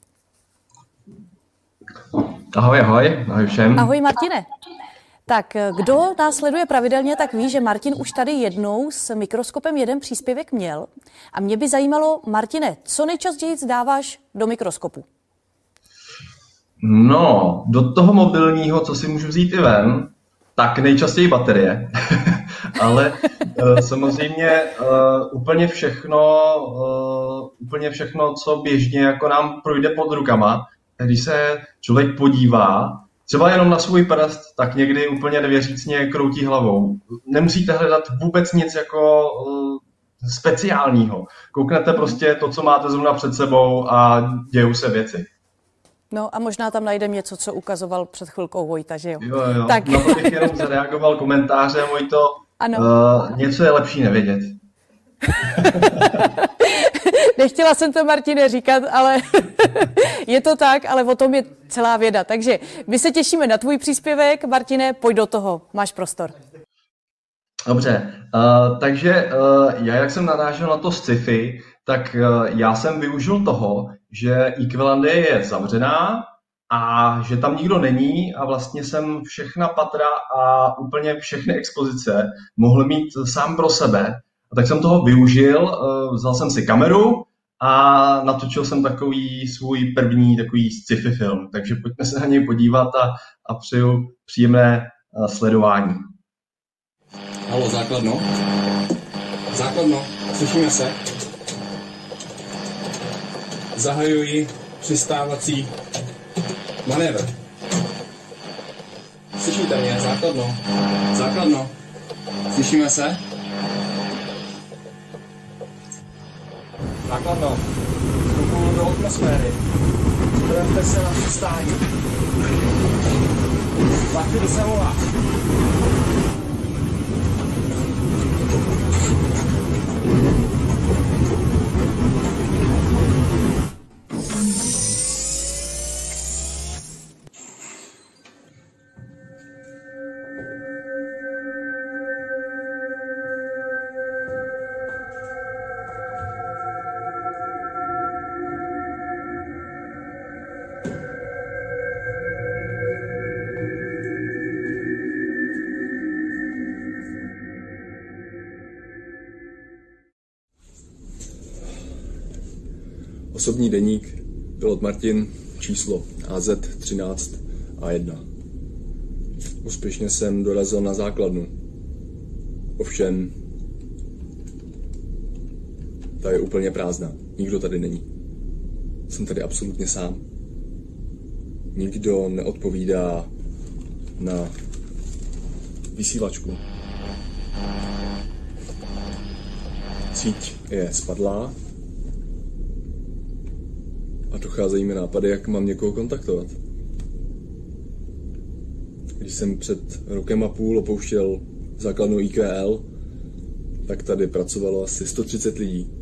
Ahoj, ahoj, ahoj všem. Ahoj Martine. Tak kdo nás sleduje pravidelně, tak ví, že Martin už tady jednou s mikroskopem jeden příspěvek měl. A mě by zajímalo, Martine, co nejčastěji dáváš do mikroskopu? No, do toho mobilního, co si můžu vzít i ven, tak nejčastěji baterie. Ale Samozřejmě uh, úplně všechno, uh, úplně všechno, co běžně jako nám projde pod rukama, když se člověk podívá, třeba jenom na svůj prst, tak někdy úplně nevěřícně kroutí hlavou. Nemusíte hledat vůbec nic jako uh, speciálního. Kouknete prostě to, co máte zrovna před sebou a dějou se věci. No a možná tam najdeme něco, co ukazoval před chvilkou Vojta, že jo? Jo, jo. Tak. Na to bych jenom zareagoval komentářem, Vojto, ano. Uh, něco je lepší nevědět. Nechtěla jsem to, Martine, říkat, ale je to tak, ale o tom je celá věda. Takže my se těšíme na tvůj příspěvek. Martine, pojď do toho, máš prostor. Dobře, uh, takže uh, já, jak jsem narážel na to sci-fi, tak uh, já jsem využil toho, že Equilandie je zavřená a že tam nikdo není a vlastně jsem všechna patra a úplně všechny expozice mohl mít sám pro sebe. A tak jsem toho využil, vzal jsem si kameru a natočil jsem takový svůj první takový sci-fi film. Takže pojďme se na něj podívat a, a přeju příjemné sledování. Haló, základno. Základno, slyšíme se. Zahajuji přistávací manévr. Slyšíte mě? Základno. Základno. Slyšíme se? Základno. Vstupuju do atmosféry. Připravte se na přistání. Za chvíli se volá. Osobní deník, pilot Martin, číslo A Z třináct A jedna. Úspěšně jsem dorazil na základnu. Ovšem, ta je úplně prázdná. Nikdo tady není. Jsem tady absolutně sám. Nikdo neodpovídá na vysílačku. Síť je spadlá a docházejí mi nápady, jak mám někoho kontaktovat. Když jsem před rokem a půl opouštěl základnu I Q L, tak tady pracovalo asi sto třicet lidí.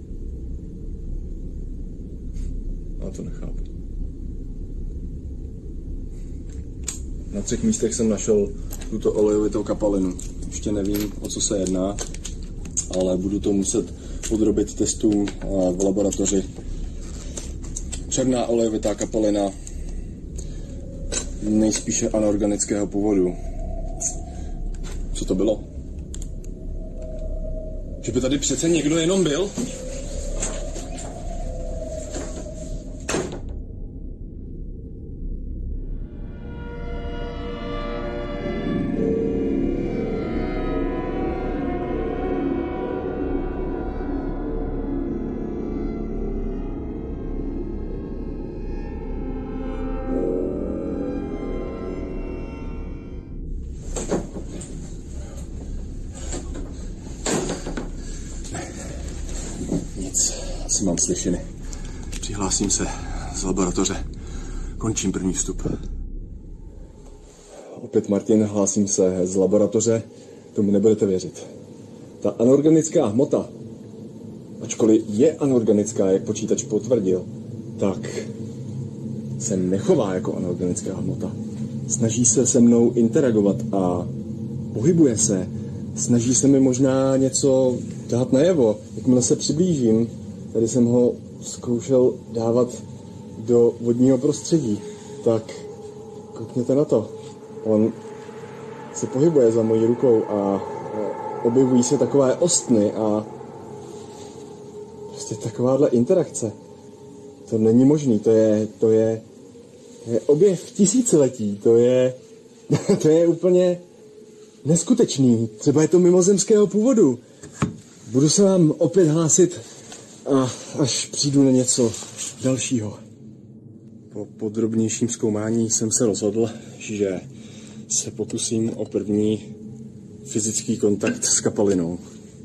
A to nechápu. Na třech místech jsem našel tuto olejovitou kapalinu. Ještě nevím, o co se jedná, ale budu to muset podrobit testům v laboratoři. Černá olejovitá kapalina, nejspíše anorganického původu. Co to bylo? Že by tady přece někdo jenom byl? Asi mám slyšeny. Přihlásím se z laboratoře. Končím první vstup. Opět Martin, hlásím se z laboratoře. Tomu nebudete věřit. Ta anorganická hmota, ačkoliv je anorganická, jak počítač potvrdil, tak se nechová jako anorganická hmota. Snaží se se mnou interagovat a pohybuje se. Snaží se mi možná něco dát najevo. Jakmile se přiblížím, tady jsem ho zkoušel dávat do vodního prostředí. Tak koukněte na to. On se pohybuje za mojí rukou a objevují se takové ostny a prostě takováhle interakce. To není možný, to je, to je, to je objev tisíciletí, to je, to je úplně neskutečný. Třeba je to mimozemského původu. Budu se vám opět hlásit, a až přijdu na něco dalšího. Po podrobnějším zkoumání jsem se rozhodl, že se pokusím o první fyzický kontakt s kapalinou.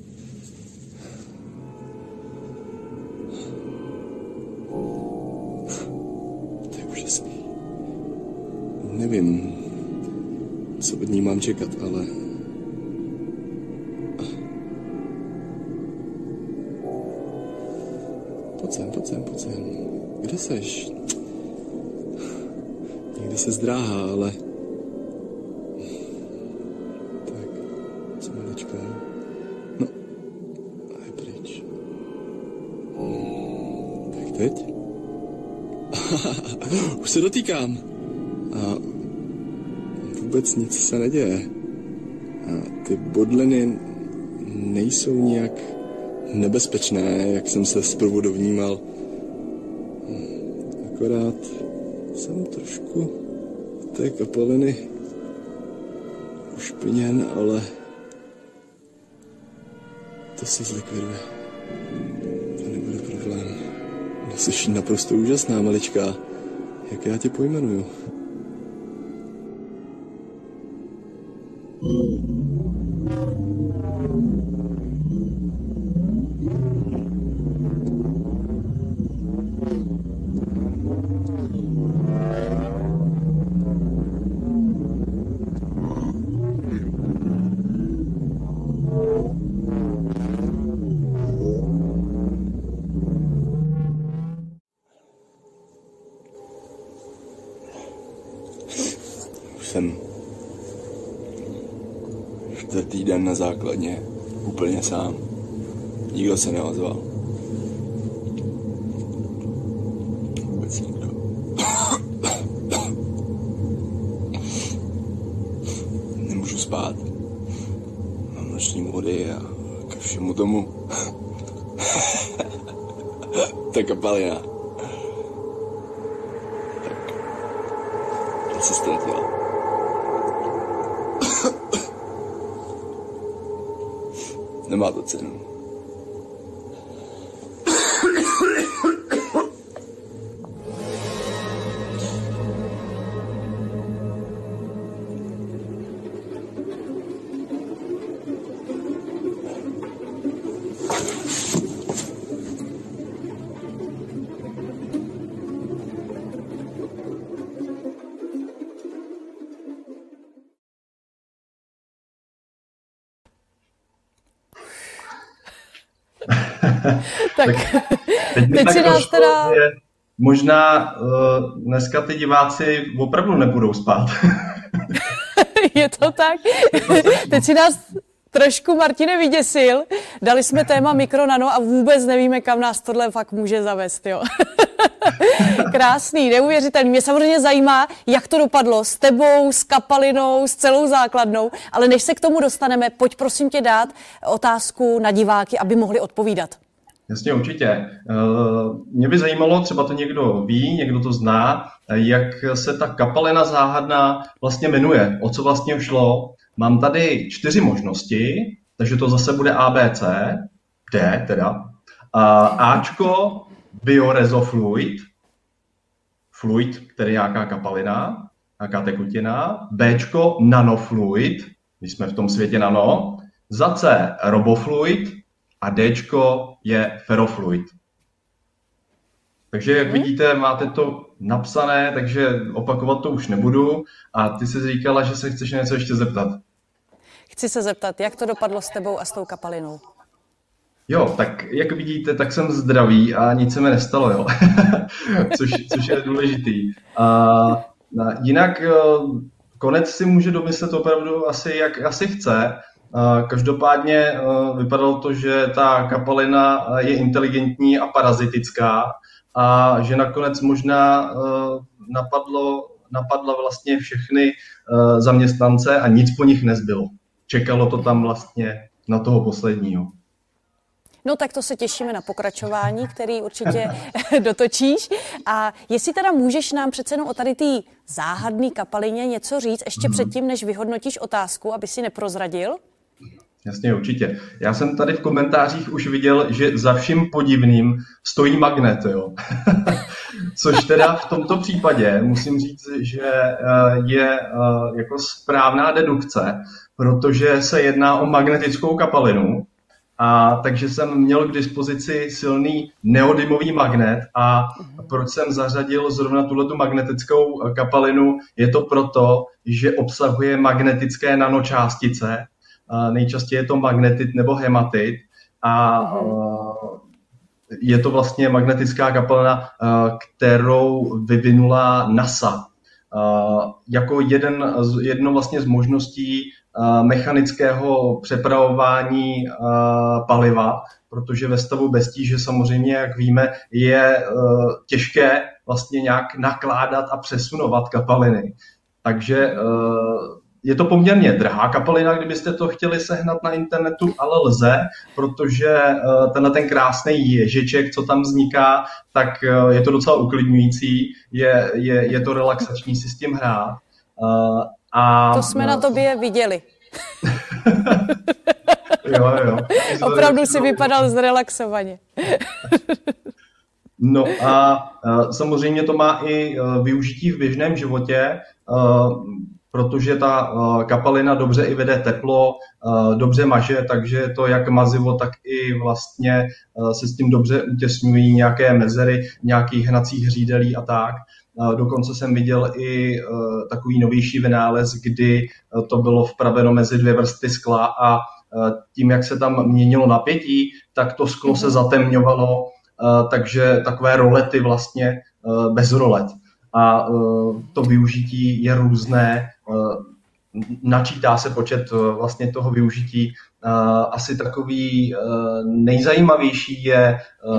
To je úžasný. Nevím, co od ní mám čekat, ale... Pojď sem, pojď sem, pojď sem. Kde seš? Někdy se zdráhá, ale... Tak, co malička. No, a je pryč. Tak teď? Už se dotýkám. A vůbec nic se neděje. A ty bodliny nejsou nějak nebezpečné, jak jsem se zprvu dovnímal. Akorát jsem trošku té kapaliny ušpiněn, ale to se zlikviduje. To nebude problém. No, jsi naprosto úžasná, malička. Jak já tě pojmenuju? Jsem čtvrtý den na základně, úplně sám. Nikdo se neozval. Vůbec nikdo. Nemůžu spát. Mám noční můry a ke všemu tomu. Ta kapalina. Tak, já se ztratila. Nemá to cenu. Tak, teď, teď si nás teda... Možná uh, dneska ty diváci opravdu nebudou spát. Je to tak? Teď si nás trošku, Martine, vyděsil. Dali jsme téma mikronano a vůbec nevíme, kam nás tohle fakt může zavést, jo. Krásný, neuvěřitelný. Mě samozřejmě zajímá, jak to dopadlo s tebou, s kapalinou, s celou základnou, ale než se k tomu dostaneme, pojď prosím tě dát otázku na diváky, aby mohli odpovídat. Jasně, určitě. Mě by zajímalo, třeba to někdo ví, někdo to zná, jak se ta kapalina záhadná vlastně jmenuje, o co vlastně šlo. Mám tady čtyři možnosti, takže to zase bude A, B, C, D teda. Ačko, biorezofluid, fluid, který je nějaká kapalina, nějaká tekutina. Bčko, nanofluid, když jsme v tom světě nano. Za C, robofluid a Dčko je ferrofluid. Takže jak vidíte, máte to napsané, takže opakovat to už nebudu. A ty jsi říkala, že se chceš něco ještě zeptat. Chci se zeptat, jak to dopadlo s tebou a s tou kapalinou? Jo, tak jak vidíte, tak jsem zdravý a nic se mi nestalo, jo. což, což je důležitý. A, jinak konec si může domyslet opravdu asi, jak asi chce. A, každopádně vypadalo to, že ta kapalina je inteligentní a parazitická a že nakonec možná napadlo, napadla vlastně všechny zaměstnance a nic po nich nezbylo. Čekalo to tam vlastně na toho posledního. No tak to se těšíme na pokračování, který určitě dotočíš. A jestli teda můžeš nám přece jenom o tady té záhadné kapalině něco říct ještě předtím, než vyhodnotíš otázku, aby si neprozradil? Jasně, určitě. Já jsem tady v komentářích už viděl, že za vším podivným stojí magnet, jo. Což teda v tomto případě musím říct, že je jako správná dedukce, protože se jedná o magnetickou kapalinu. A takže jsem měl k dispozici silný neodymový magnet a proč jsem zařadil zrovna tuhletu magnetickou kapalinu, je to proto, že obsahuje magnetické nanočástice, nejčastěji je to magnetit nebo hematit a je to vlastně magnetická kapalina, kterou vyvinula NASA. Jako jeden, jedno vlastně z možností mechanického přepravování paliva, protože ve stavu bez tíže samozřejmě, jak víme, je těžké vlastně nějak nakládat a přesunovat kapaliny. Takže je to poměrně drahá kapalina, kdybyste to chtěli sehnat na internetu, ale lze, protože tenhle ten krásný ježiček, co tam vzniká, tak je to docela uklidňující, je, je, je to relaxační si s tím hrát. A, to jsme na tobě viděli. jo, jo. Opravdu si vypadal zrelaxovaně. No a samozřejmě to má i využití v běžném životě, protože ta kapalina dobře i vede teplo, dobře maže, takže to jak mazivo, tak i vlastně se s tím dobře utěsňují nějaké mezery, nějakých hnacích hřídelí a tak. Dokonce jsem viděl i takový novější vynález, kdy to bylo vpraveno mezi dvě vrstvy skla a tím, jak se tam měnilo napětí, tak to sklo se zatemňovalo, takže takové rolety vlastně bez rolet. A to využití je různé, načítá se počet vlastně toho využití. Asi takový nejzajímavější je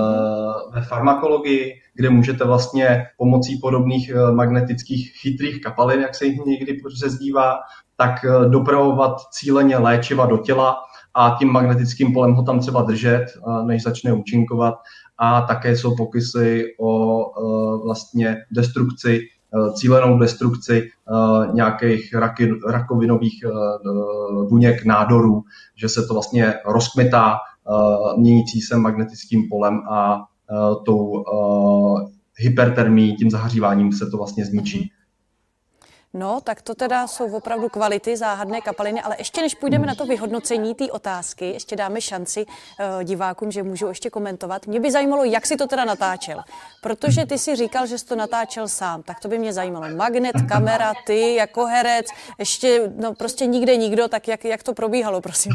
ve farmakologii, kde můžete vlastně pomocí podobných magnetických chytrých kapalin, jak se jich někdy přezdívá, tak dopravovat cíleně léčiva do těla a tím magnetickým polem ho tam třeba držet, než začne účinkovat. A také jsou pokusy o vlastně destrukci, cílenou destrukci nějakých rakovinových buněk nádorů, že se to vlastně rozkmitá měnící se magnetickým polem a tou hypertermií, tím zahříváním se to vlastně zničí. No, tak to teda jsou opravdu kvality záhadné kapaliny, ale ještě než půjdeme na to vyhodnocení té otázky, ještě dáme šanci uh, divákům, že můžou ještě komentovat. Mě by zajímalo, jak si to teda natáčel, protože ty si říkal, že jsi to natáčel sám, tak to by mě zajímalo. Magnet, kamera, ty jako herec, ještě no prostě nikde nikdo, tak jak, jak to probíhalo, prosím?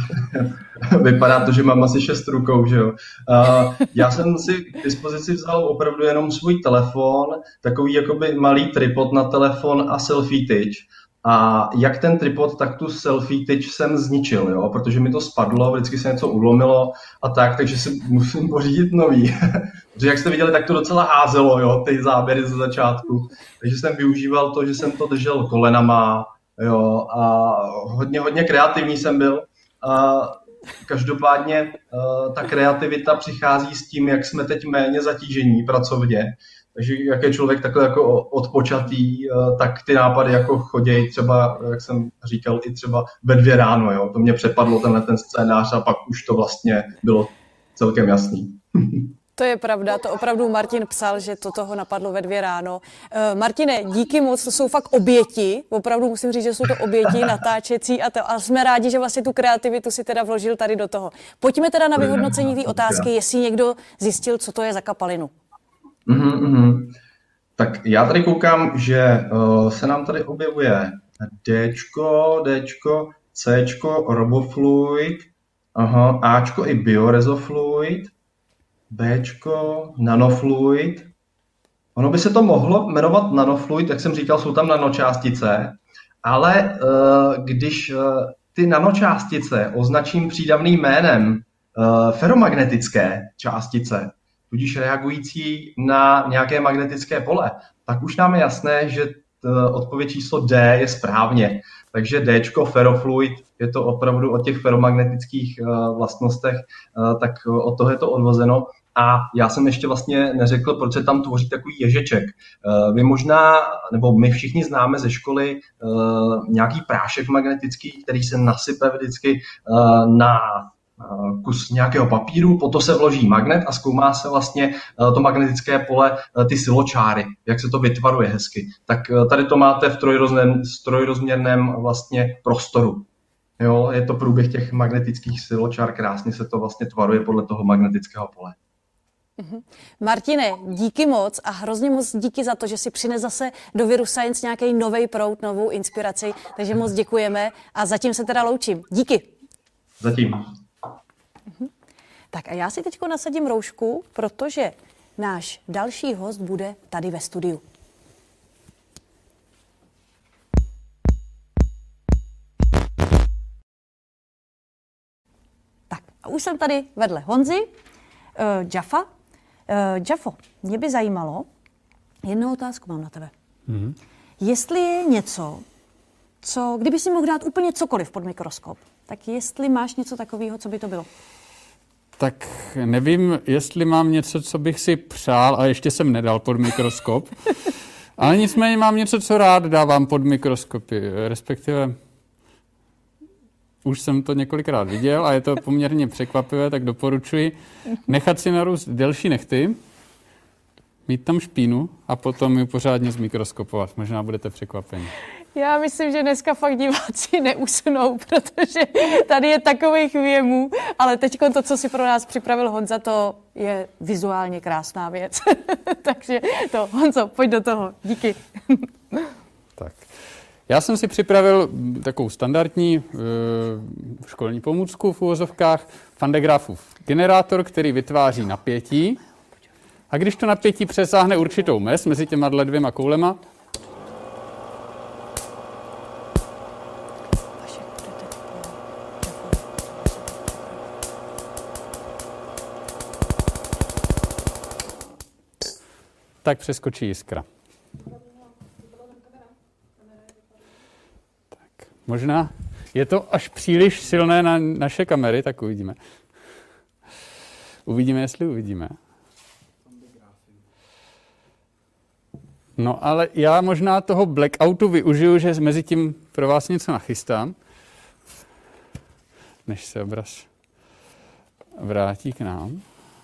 Vypadá to, že mám asi šest rukou, že jo. Uh, já jsem si k dispozici vzal opravdu jenom svůj telefon, takový jakoby malý tripod na telefon a selfie tyč. A jak ten tripod, tak tu selfie tyč jsem zničil, jo, protože mi to spadlo, vždycky se něco ulomilo a tak, takže si musím pořídit nový. Protože jak jste viděli, tak to docela házelo, jo, ty záběry ze začátku. Takže jsem využíval to, že jsem to držel kolenama, jo, a hodně, hodně kreativní jsem byl. A každopádně ta kreativita přichází s tím, jak jsme teď méně zatížení pracovně. Takže jak je člověk takhle jako odpočatý, tak ty nápady jako chodějí třeba, jak jsem říkal, i třeba ve dvě ráno. Jo? To mě přepadlo tenhle ten scénář a pak už to vlastně bylo celkem jasný. To je pravda, to opravdu Martin psal, že to toho napadlo ve dvě ráno. Uh, Martine, díky moc, to jsou fakt oběti, opravdu musím říct, že jsou to oběti natáčecí a to. A jsme rádi, že vlastně tu kreativitu si teda vložil tady do toho. Pojďme teda na vyhodnocení té otázky, jestli někdo zjistil, co to je za kapalinu. Mm-hmm, mm-hmm. Tak já tady koukám, že uh, se nám tady objevuje Dčko, Dčko, Cčko, Robofluid, aha, Ačko i Biorezofluid, Bčko, Nanofluid. Ono by se to mohlo jmenovat Nanofluid, jak jsem říkal, jsou tam nanočástice, ale uh, když uh, ty nanočástice označím přídavným jménem uh, feromagnetické částice, tudíž reagující na nějaké magnetické pole, tak už nám je jasné, že odpověď číslo D je správně. Takže Dčko, ferrofluid, je to opravdu o těch feromagnetických vlastnostech, tak od toho je to odvozeno. A já jsem ještě vlastně neřekl, proč se tam tvoří takový ježeček. Vy možná, nebo my všichni známe ze školy nějaký prášek magnetický, který se nasype vždycky na kus nějakého papíru, potom se vloží magnet a zkoumá se vlastně to magnetické pole, ty siločáry, jak se to vytvaruje hezky. Tak tady to máte v trojrozměrném, trojrozměrném vlastně prostoru. Jo, je to průběh těch magnetických siločár, krásně se to vlastně tvaruje podle toho magnetického pole. Mm-hmm. Martine, díky moc a hrozně moc díky za to, že si přines zase do Viru Science nějaký nový proud, novou inspiraci, takže moc děkujeme a zatím se teda loučím. Díky. Zatím. Mm-hmm. Tak a já si teďko nasadím roušku, protože náš další host bude tady ve studiu. Tak a už jsem tady vedle Honzy, uh, Jaffa. Uh, Jaffo, mě by zajímalo, jednu otázku mám na tebe. Mm-hmm. Jestli je něco, co, kdyby si mohl dát úplně cokoliv pod mikroskop, tak jestli máš něco takového, co by to bylo? Tak nevím, jestli mám něco, co bych si přál a ještě jsem nedal pod mikroskop, ale nicméně mám něco, co rád dávám pod mikroskopy, respektive už jsem to několikrát viděl a je to poměrně překvapivé, tak doporučuji nechat si narůst delší nehty, mít tam špínu a potom ji pořádně zmikroskopovat. Možná budete překvapeni. Já myslím, že dneska fakt diváci neusnou, protože tady je takových věmů, ale teď to, co si pro nás připravil Honza, to je vizuálně krásná věc. Takže to, Honzo, pojď do toho. Díky. Tak. Já jsem si připravil takovou standardní e, školní pomůcku v uvozovkách, Van de Graafův generátor, který vytváří napětí. A když to napětí přesáhne určitou mez mezi těma dvěma koulema, tak přeskočí jiskra. Tak, možná je to až příliš silné na naše kamery, tak uvidíme. Uvidíme, jestli uvidíme. No ale já možná toho blackoutu využiju, že mezi tím pro vás něco nachystám, než se obraz vrátí k nám.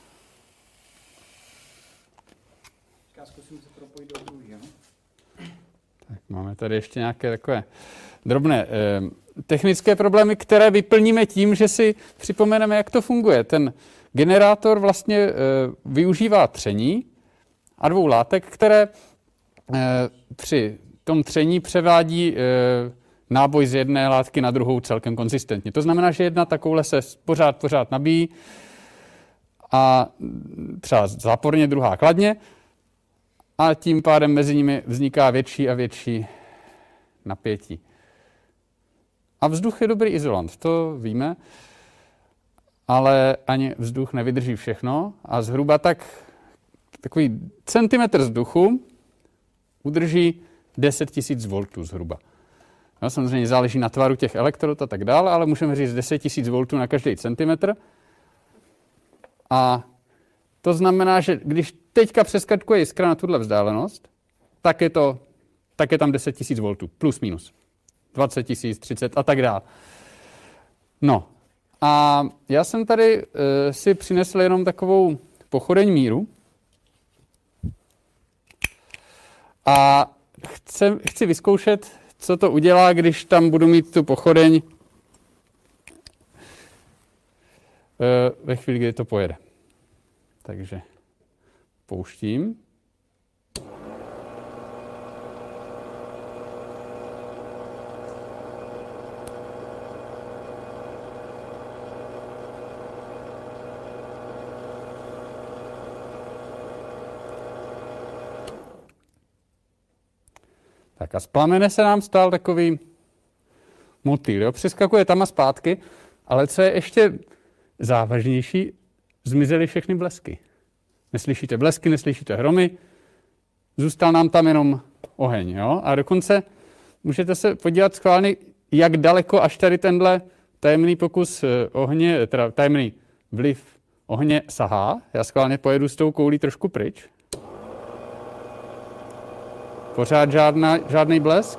Tak máme tady ještě nějaké takové drobné eh, technické problémy, které vyplníme tím, že si připomeneme, jak to funguje. Ten generátor vlastně eh, využívá tření a dvou látek, které eh, při tom tření převádí eh, náboj z jedné látky na druhou celkem konzistentně. To znamená, že jedna takovouhle se pořád, pořád nabíjí a třeba záporně, druhá kladně, a tím pádem mezi nimi vzniká větší a větší napětí. A vzduch je dobrý izolant, to víme, ale ani vzduch nevydrží všechno a zhruba tak takový centimetr vzduchu udrží deset tisíc voltů zhruba. No, samozřejmě záleží na tvaru těch elektrod a tak dále, ale můžeme říct deset tisíc voltů na každý centimetr. A to znamená, že když teďka přeskačkuje jiskra na tuhle vzdálenost, tak je, to, tak je tam deset tisíc voltů, plus minus. dvacet tisíc, třicet a tak dále. No a já jsem tady uh, si přinesl jenom takovou pochodeň míru. A chce, chci vyzkoušet, co to udělá, když tam budu mít tu pochodeň uh, ve chvíli, kdy to pojede. Takže pouštím. Tak a z plamene se nám stal takový motýl. Jo? Přeskakuje tam a zpátky, ale co je ještě závažnější, zmizely všechny blesky. Neslyšíte blesky, neslyšíte hromy, zůstal nám tam jenom oheň. Jo? A dokonce můžete se podívat schválně, jak daleko až tady tenhle tajemný pokus ohně, teda tajemný vliv ohně sahá. Já schválně pojedu s tou koulí trošku pryč. Pořád žádná, žádný blesk.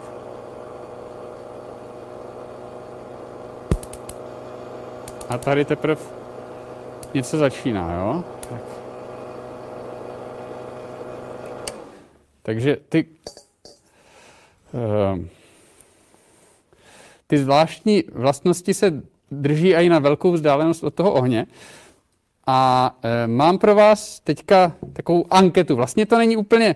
A tady teprve něco začíná, jo? Tak. Takže ty, uh, ty zvláštní vlastnosti se drží i na velkou vzdálenost od toho ohně. A uh, mám pro vás teďka takovou anketu. Vlastně to není úplně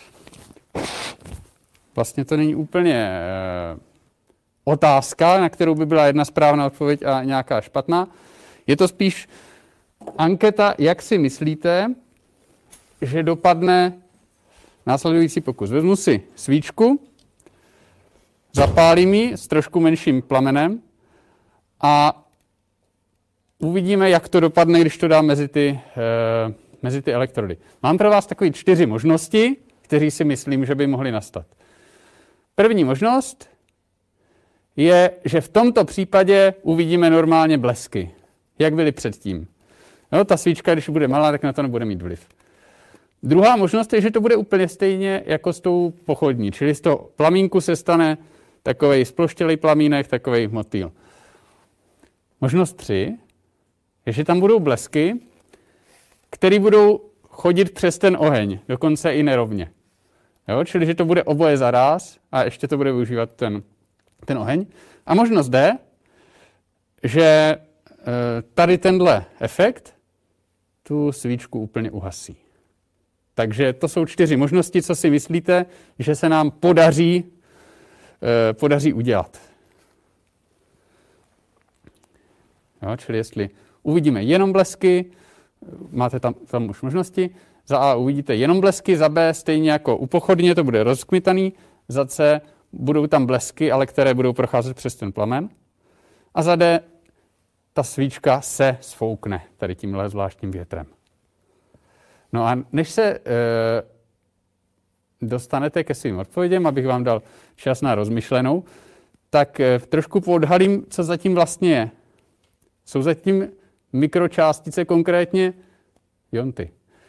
vlastně to není úplně uh, otázka, na kterou by byla jedna správná odpověď a nějaká špatná. Je to spíš anketa, jak si myslíte, že dopadne následující pokus. Vezmu si svíčku, zapálím ji s trošku menším plamenem a uvidíme, jak to dopadne, když to dám mezi ty, e, mezi ty elektrody. Mám pro vás takové čtyři možnosti, které si myslím, že by mohly nastat. První možnost je, že v tomto případě uvidíme normálně blesky, jak byly předtím. No, ta svíčka, když bude malá, tak na to nebude mít vliv. Druhá možnost je, že to bude úplně stejně jako s tou pochodní, čili z toho plamínku se stane takovej sploštělej plamínek, takovej motýl. Možnost tři je, že tam budou blesky, které budou chodit přes ten oheň, dokonce i nerovně. Jo? Čili, že to bude oboje zaráz a ještě to bude využívat ten, ten oheň. A možnost D, že tady tenhle efekt tu svíčku úplně uhasí. Takže to jsou čtyři možnosti, co si myslíte, že se nám podaří, eh, podaří udělat. Jo, čili jestli uvidíme jenom blesky, máte tam, tam už možnosti, za A uvidíte jenom blesky, za B stejně jako u pochodně to bude rozkmitaný, za C budou tam blesky, ale které budou procházet přes ten plamen, a za D ta svíčka se sfoukne tady tímhle zvláštním větrem. No a než se e, dostanete ke svým odpovědím, abych vám dal čas na rozmyšlenou, tak e, trošku podhalím, co zatím vlastně je. Jsou zatím mikročástice, konkrétně ionty. E,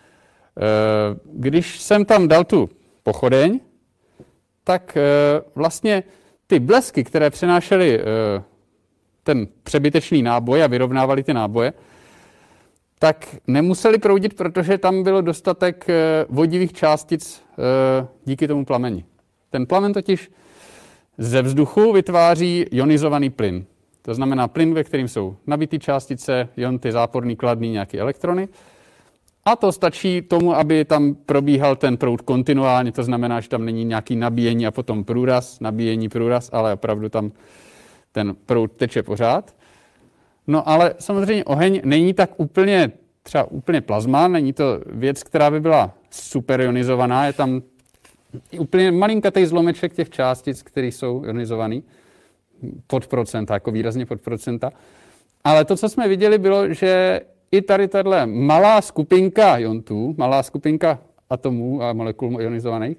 když jsem tam dal tu pochodeň, tak e, vlastně ty blesky, které přenášely e, ten přebytečný náboj a vyrovnávali ty náboje, tak nemuseli proudit, protože tam bylo dostatek vodivých částic díky tomu plameni. Ten plamen totiž ze vzduchu vytváří ionizovaný plyn. To znamená plyn, ve kterým jsou nabitý částice, ionty, záporný, kladný, nějaké elektrony. A to stačí tomu, aby tam probíhal ten proud kontinuálně, to znamená, že tam není nějaký nabíjení a potom průraz, nabíjení, průraz, ale opravdu tam ten proud teče pořád. No ale samozřejmě oheň není tak úplně, třeba úplně plazma, není to věc, která by byla superionizovaná, je tam úplně malinkatý zlomeček těch částic, které jsou ionizované, pod procenta, jako výrazně pod procenta. Ale to, co jsme viděli, bylo, že i tady tahle malá skupinka iontů, malá skupinka atomů a molekul ionizovaných,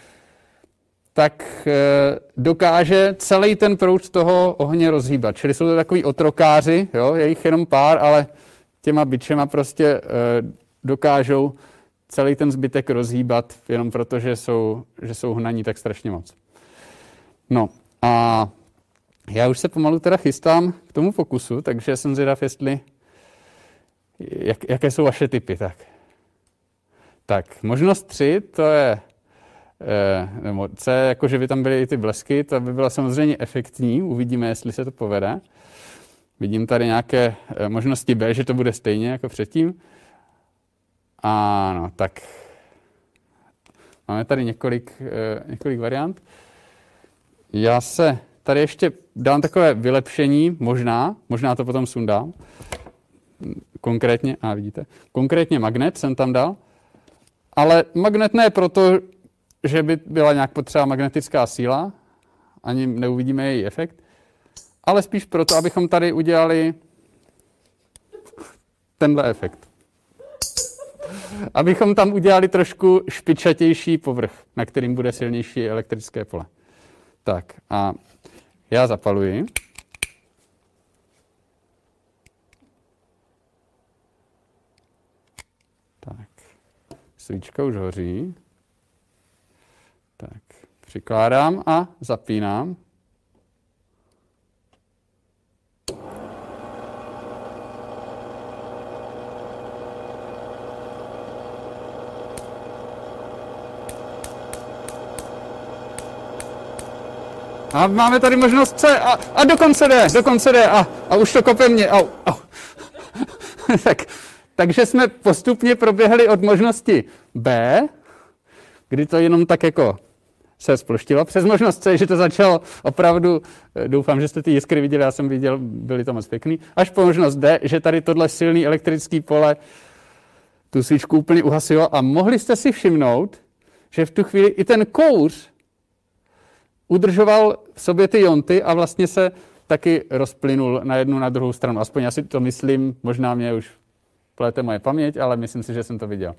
tak e, dokáže celý ten proud toho ohně rozhýbat. Čili jsou to takový otrokáři, jo, je jich jenom pár, ale těma bičema prostě e, dokážou celý ten zbytek rozhýbat, jenom proto, že jsou, že jsou hnaní tak strašně moc. No a já už se pomalu teda chystám k tomu pokusu, takže jsem zvědav, jestli, jak, jaké jsou vaše tipy. Tak, tak možnost tři, to je Eh, nebo C, jakože by tam byly i ty blesky, to by bylo samozřejmě efektní, uvidíme, jestli se to povede. Vidím tady nějaké eh, možnosti B, že to bude stejně jako předtím. Ano, tak máme tady několik, eh, několik variant. Já se tady ještě dám takové vylepšení, možná, možná to potom sundám. Konkrétně, a vidíte, konkrétně magnet jsem tam dal, ale magnet ne proto, že by byla nějak potřeba magnetická síla, ani neuvidíme její efekt, ale spíš proto, abychom tady udělali tenhle efekt. Abychom tam udělali trošku špičatější povrch, na kterým bude silnější elektrické pole. Tak a já zapaluji. Svíčka už hoří. Tak, přikládám a zapínám. A máme tady možnost C a, a dokonce D, dokonce D a, a už to kope mě. Au, au. tak, takže jsme postupně proběhli od možnosti B, kdy to jenom tak jako se sploštilo, přes možnost C, že to začalo opravdu, doufám, že jste ty jiskry viděli, já jsem viděl, byly to moc pěkný, až po možnost D, že tady tohle silný elektrický pole tu svíčku úplně uhasilo a mohli jste si všimnout, že v tu chvíli i ten kouř udržoval v sobě ty jonty a vlastně se taky rozplynul na jednu, na druhou stranu. Aspoň já si to myslím, možná mě už plete moje paměť, ale myslím si, že jsem to viděl.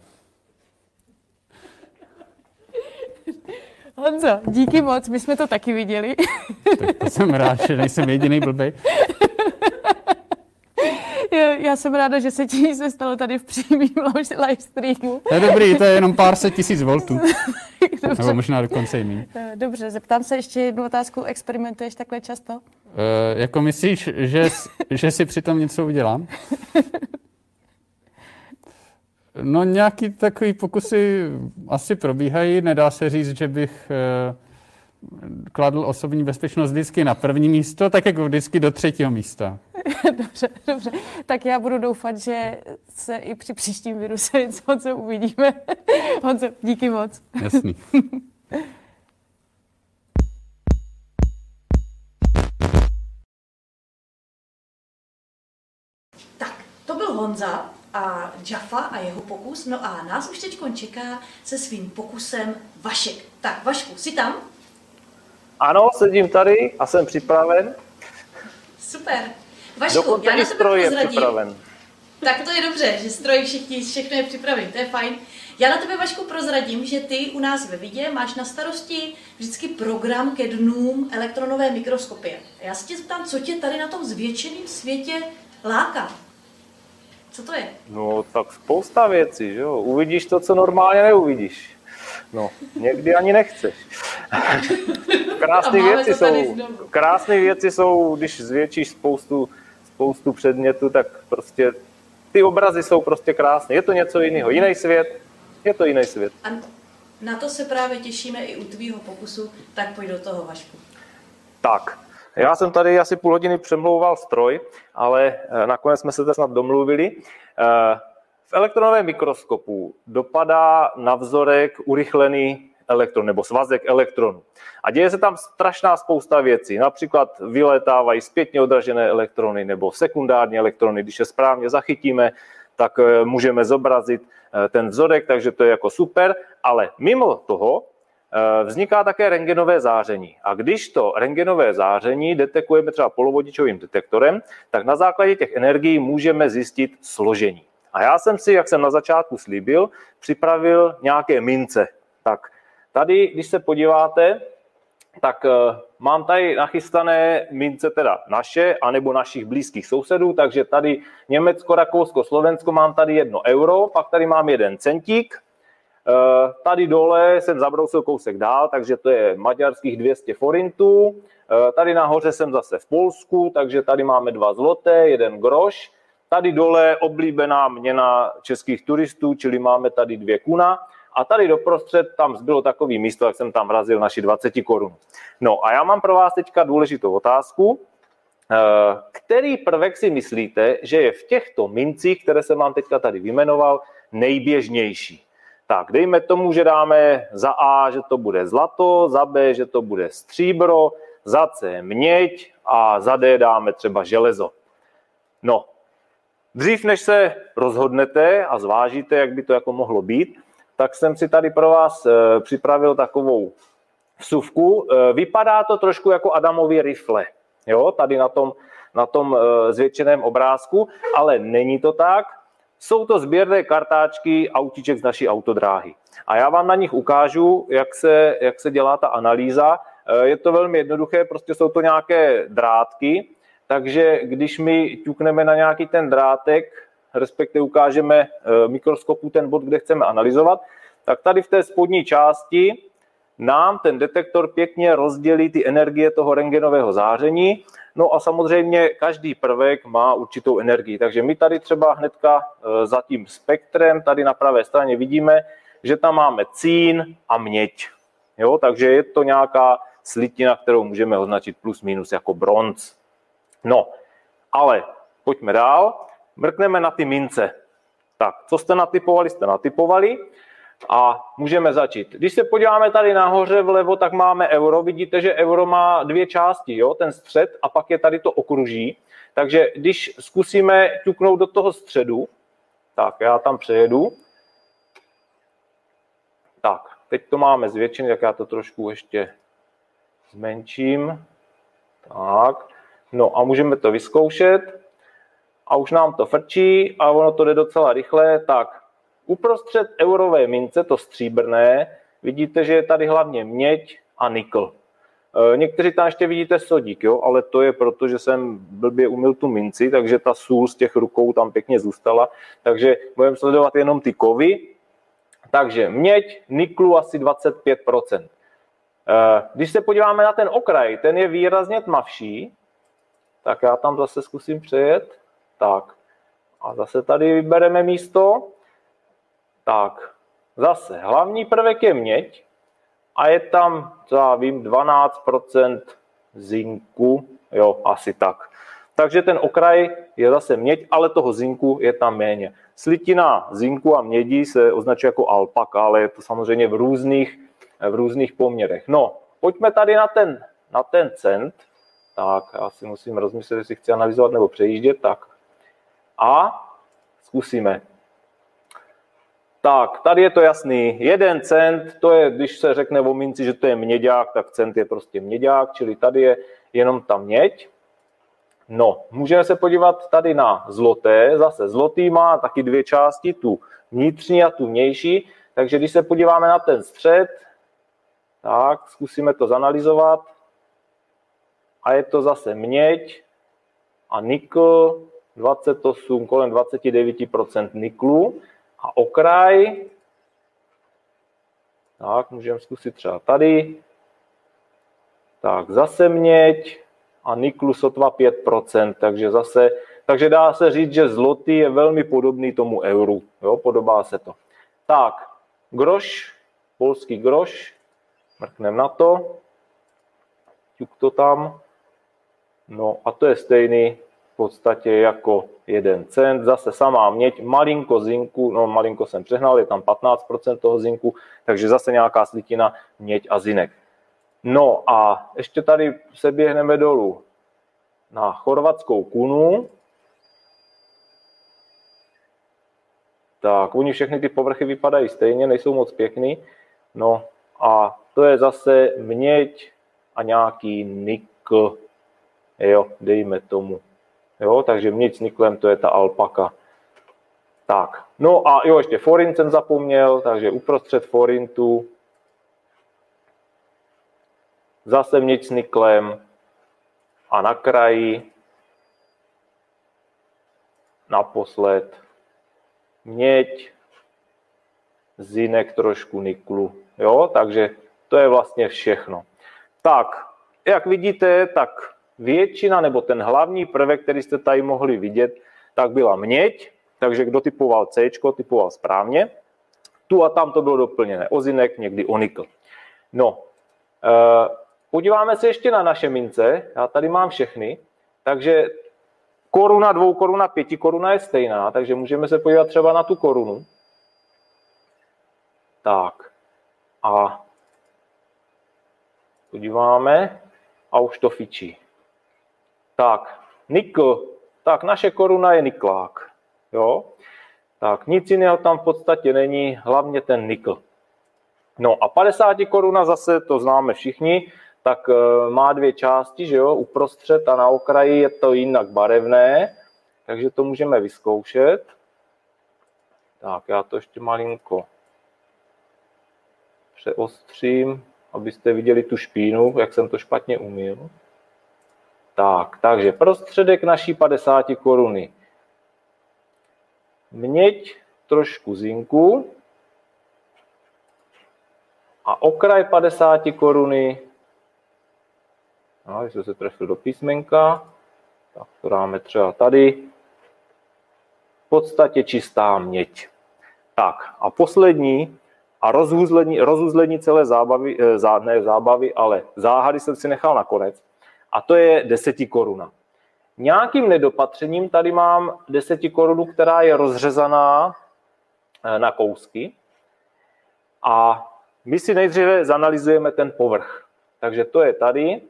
Honzo, díky moc, my jsme to taky viděli. Tak to jsem rád, že nejsem jediný blbej. Já jsem ráda, že se ti nic nestalo tady v přímém live streamu. To je dobrý, to je jenom pár set tisíc voltů. Nebo možná dokonce i méně. Dobře, zeptám se ještě jednu otázku. Experimentuješ takhle často? Uh, jako myslíš, že, že si přitom něco udělám? No nějaký takový pokusy asi probíhají. Nedá se říct, že bych uh, kladl osobní bezpečnost vždycky na první místo, tak jako vždycky do třetího místa. Dobře, dobře. Tak já budu doufat, že se i při příštím viru něco uvidíme. Honzo, díky moc. Jasný. Tak, to byl Honza a Jaffa a jeho pokus. No a nás už teď čeká se svým pokusem Vašek. Tak, Vašku, jsi tam? Ano, sedím tady a jsem připraven. Super. Vašku, dokonce já na i stroj je připraven. Tak to je dobře, že stroj všichni, všechno je připraven, to je fajn. Já na tebe, Vašku, prozradím, že ty u nás ve Vidě máš na starosti vždycky program ke dnům elektronové mikroskopie. Já se tě zeptám, co tě tady na tom zvětšeném světě láká? Co to je? No, tak spousta věcí, že jo. Uvidíš to, co normálně neuvidíš. No, někdy ani nechceš. Krásné věci jsou, krásné věci jsou, když zvětšíš spoustu, spoustu předmětů, tak prostě ty obrazy jsou prostě krásné. Je to něco jiného, jiný svět, je to jiný svět. A na to se právě těšíme i u tvýho pokusu, tak pojď do toho, Vašku. Tak, já jsem tady asi půl hodiny přemlouval stroj, ale nakonec jsme se to snad domluvili. V elektronovém mikroskopu dopadá na vzorek urychlený elektron nebo svazek elektronů. A děje se tam strašná spousta věcí. Například vylétávají zpětně odražené elektrony nebo sekundární elektrony. Když je správně zachytíme, tak můžeme zobrazit ten vzorek, takže to je jako super. Ale mimo toho vzniká také rentgenové záření. A když to rentgenové záření detekujeme třeba polovodičovým detektorem, tak na základě těch energií můžeme zjistit složení. A já jsem si, jak jsem na začátku slíbil, připravil nějaké mince. Tak tady, když se podíváte, tak uh, mám tady nachystané mince teda naše, anebo našich blízkých sousedů, takže tady Německo, Rakousko, Slovensko mám tady jedno euro, pak tady mám jeden centík, uh, tady dole jsem zabrousil kousek dál, takže to je maďarských dvě stě forintů, uh, tady nahoře jsem zase v Polsku, takže tady máme dva zloté, jeden groš, tady dole oblíbená měna českých turistů, čili máme tady dvě kuna. A tady doprostřed tam zbylo takový místo, jak jsem tam vrazil naši dvacet korun. No a já mám pro vás teďka důležitou otázku. Který prvek si myslíte, že je v těchto mincích, které jsem vám teďka tady vyjmenoval, nejběžnější? Tak dejme tomu, že dáme za A, že to bude zlato, za B, že to bude stříbro, za C měď a za D dáme třeba železo. No, dřív než se rozhodnete a zvážíte, jak by to jako mohlo být, tak jsem si tady pro vás e, připravil takovou vsuvku. E, vypadá to trošku jako Adamovy rifle, jo, tady na tom, na tom e, zvětšeném obrázku, ale není to tak. Jsou to sběrné kartáčky autíček z naší autodráhy. A já vám na nich ukážu, jak se, jak se dělá ta analýza. E, je to velmi jednoduché, prostě jsou to nějaké drátky, takže když my ťukneme na nějaký ten drátek, respektive ukážeme mikroskopu ten bod, kde chceme analyzovat, tak tady v té spodní části nám ten detektor pěkně rozdělí ty energie toho rentgenového záření. No a samozřejmě každý prvek má určitou energii. Takže my tady třeba hnedka za tím spektrem, tady na pravé straně vidíme, že tam máme cín a měď. Jo, takže je to nějaká slitina, kterou můžeme označit plus minus jako bronz. No, ale pojďme dál. Mrkneme na ty mince. Tak, co jste natypovali, jste natypovali. A můžeme začít. Když se podíváme tady nahoře vlevo, tak máme euro. Vidíte, že euro má dvě části, jo? Ten střed a pak je tady to okruží. Takže když zkusíme ťuknout do toho středu, tak já tam přejedu. Tak, teď to máme zvětšené, tak já to trošku ještě zmenším. Tak, no a můžeme to vyzkoušet. A už nám to frčí a ono to jde docela rychle. Tak, uprostřed eurové mince, to stříbrné, vidíte, že je tady hlavně měď a nikl. E, někteří tam ještě vidíte sodík, jo? Ale to je proto, že jsem blbě umyl tu minci, takže ta sůl z těch rukou tam pěkně zůstala. Takže budeme sledovat jenom ty kovy. Takže měď, niklu asi dvacet pět procent. E, když se podíváme na ten okraj, ten je výrazně tmavší, tak já tam zase zkusím přejet. Tak. A zase tady vybereme místo. Tak, zase hlavní prvek je měď a je tam, co já vím, dvanáct procent zinku, jo, asi tak. Takže ten okraj je zase měď, ale toho zinku je tam méně. Slitina zinku a mědi se označuje jako alpaka, ale je to samozřejmě v různých, v různých poměrech. No, pojďme tady na ten, na ten cent. Tak, já si musím rozmyslet, jestli chci analyzovat nebo přejíždět, tak. A zkusíme. Tak, tady je to jasný. Jeden cent, to je, když se řekne o minci, že to je měďák, tak cent je prostě měďák, čili tady je jenom ta měď. No, můžeme se podívat tady na zloté. Zase zlotý má taky dvě části, tu vnitřní a tu vnější. Takže když se podíváme na ten střed, tak zkusíme to zanalyzovat. A je to zase měď a nikl, dvacet osm, kolem dvacet devět procent niklu. A okraj, tak můžeme zkusit třeba tady, tak zase měď a niklu sotva pět procent, takže zase, takže dá se říct, že zlotý je velmi podobný tomu euru, jo, podobá se to. Tak, groš, polský groš, mrkneme na to, ťuk to tam, no a to je stejný v podstatě jako jeden cent, zase samá měď, malinko zinku, no malinko jsem přehnal, je tam patnáct procent toho zinku, takže zase nějaká slitina, měď a zinek. No a ještě tady se běhneme dolů na chorvatskou kunu. Tak, oni všechny ty povrchy vypadají stejně, nejsou moc pěkný. No a to je zase měď a nějaký nikl, jo, dejme tomu. Jo, takže měď s niklem, to je ta alpaka. Tak, no a jo, ještě forint jsem zapomněl, takže uprostřed forintu zase měď s niklem a na kraji naposled měď, zinek, trošku niklu. Jo, takže to je vlastně všechno. Tak, jak vidíte, tak většina, nebo ten hlavní prvek, který jste tady mohli vidět, tak byla měď, takže kdo typoval C, typoval správně. Tu a tam to bylo doplněné o zinek, někdy o nikl. No, podíváme se ještě na naše mince, já tady mám všechny, takže koruna, dvou koruna, pěti koruna je stejná, takže můžeme se podívat třeba na tu korunu. Tak, a podíváme a už to fičí. Tak, nikl, tak naše koruna je niklák, jo. Tak nic jiného tam v podstatě není, hlavně ten nikl. No a padesát koruna zase, to známe všichni, tak e, má dvě části, že jo, uprostřed a na okraji je to jinak barevné, takže to můžeme vyzkoušet. Tak, já to ještě malinko přeostřím, abyste viděli tu špínu, jak jsem to špatně umyl. Tak, takže prostředek naší padesáti koruny. Měď, trošku zinku. A okraj padesát koruny, no, když se trefil do písmenka, tak to dáme třeba tady, v podstatě čistá měď. Tak a poslední, a rozuzlení, rozuzlení celé zábavy, ne zábavy, ale záhady jsem si nechal nakonec, a to je deseti koruna. Nějakým nedopatřením tady mám deseti korunu, která je rozřezaná na kousky, a my si nejdříve zanalyzujeme ten povrch. Takže to je tady.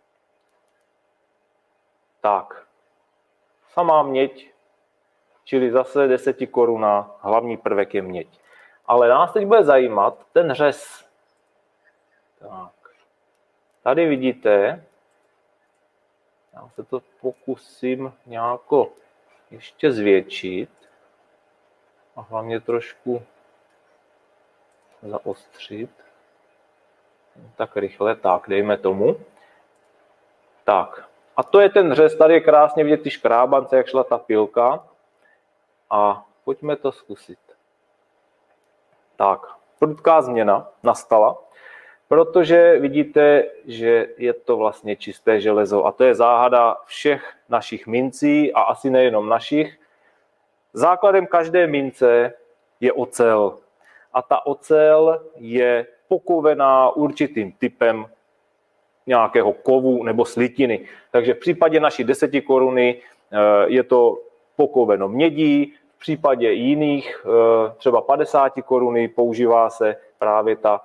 Tak, samá měď, čili zase deseti koruna, hlavní prvek je měď. Ale nás teď bude zajímat ten řez. Tak, tady vidíte, já se to pokusím nějako ještě zvětšit a hlavně trošku zaostřit. Tak rychle, tak dejme tomu. Tak, a to je ten řez, tady je krásně vidět ty škrábance, jak šla ta pilka. A pojďme to zkusit. Tak, prudká změna nastala, protože vidíte, že je to vlastně čisté železo a to je záhada všech našich mincí a asi nejenom našich. Základem každé mince je ocel a ta ocel je pokovená určitým typem nějakého kovu nebo slitiny. Takže v případě naší deseti koruny je to pokoveno mědí, v případě jiných, třeba padesát koruny, používá se právě ta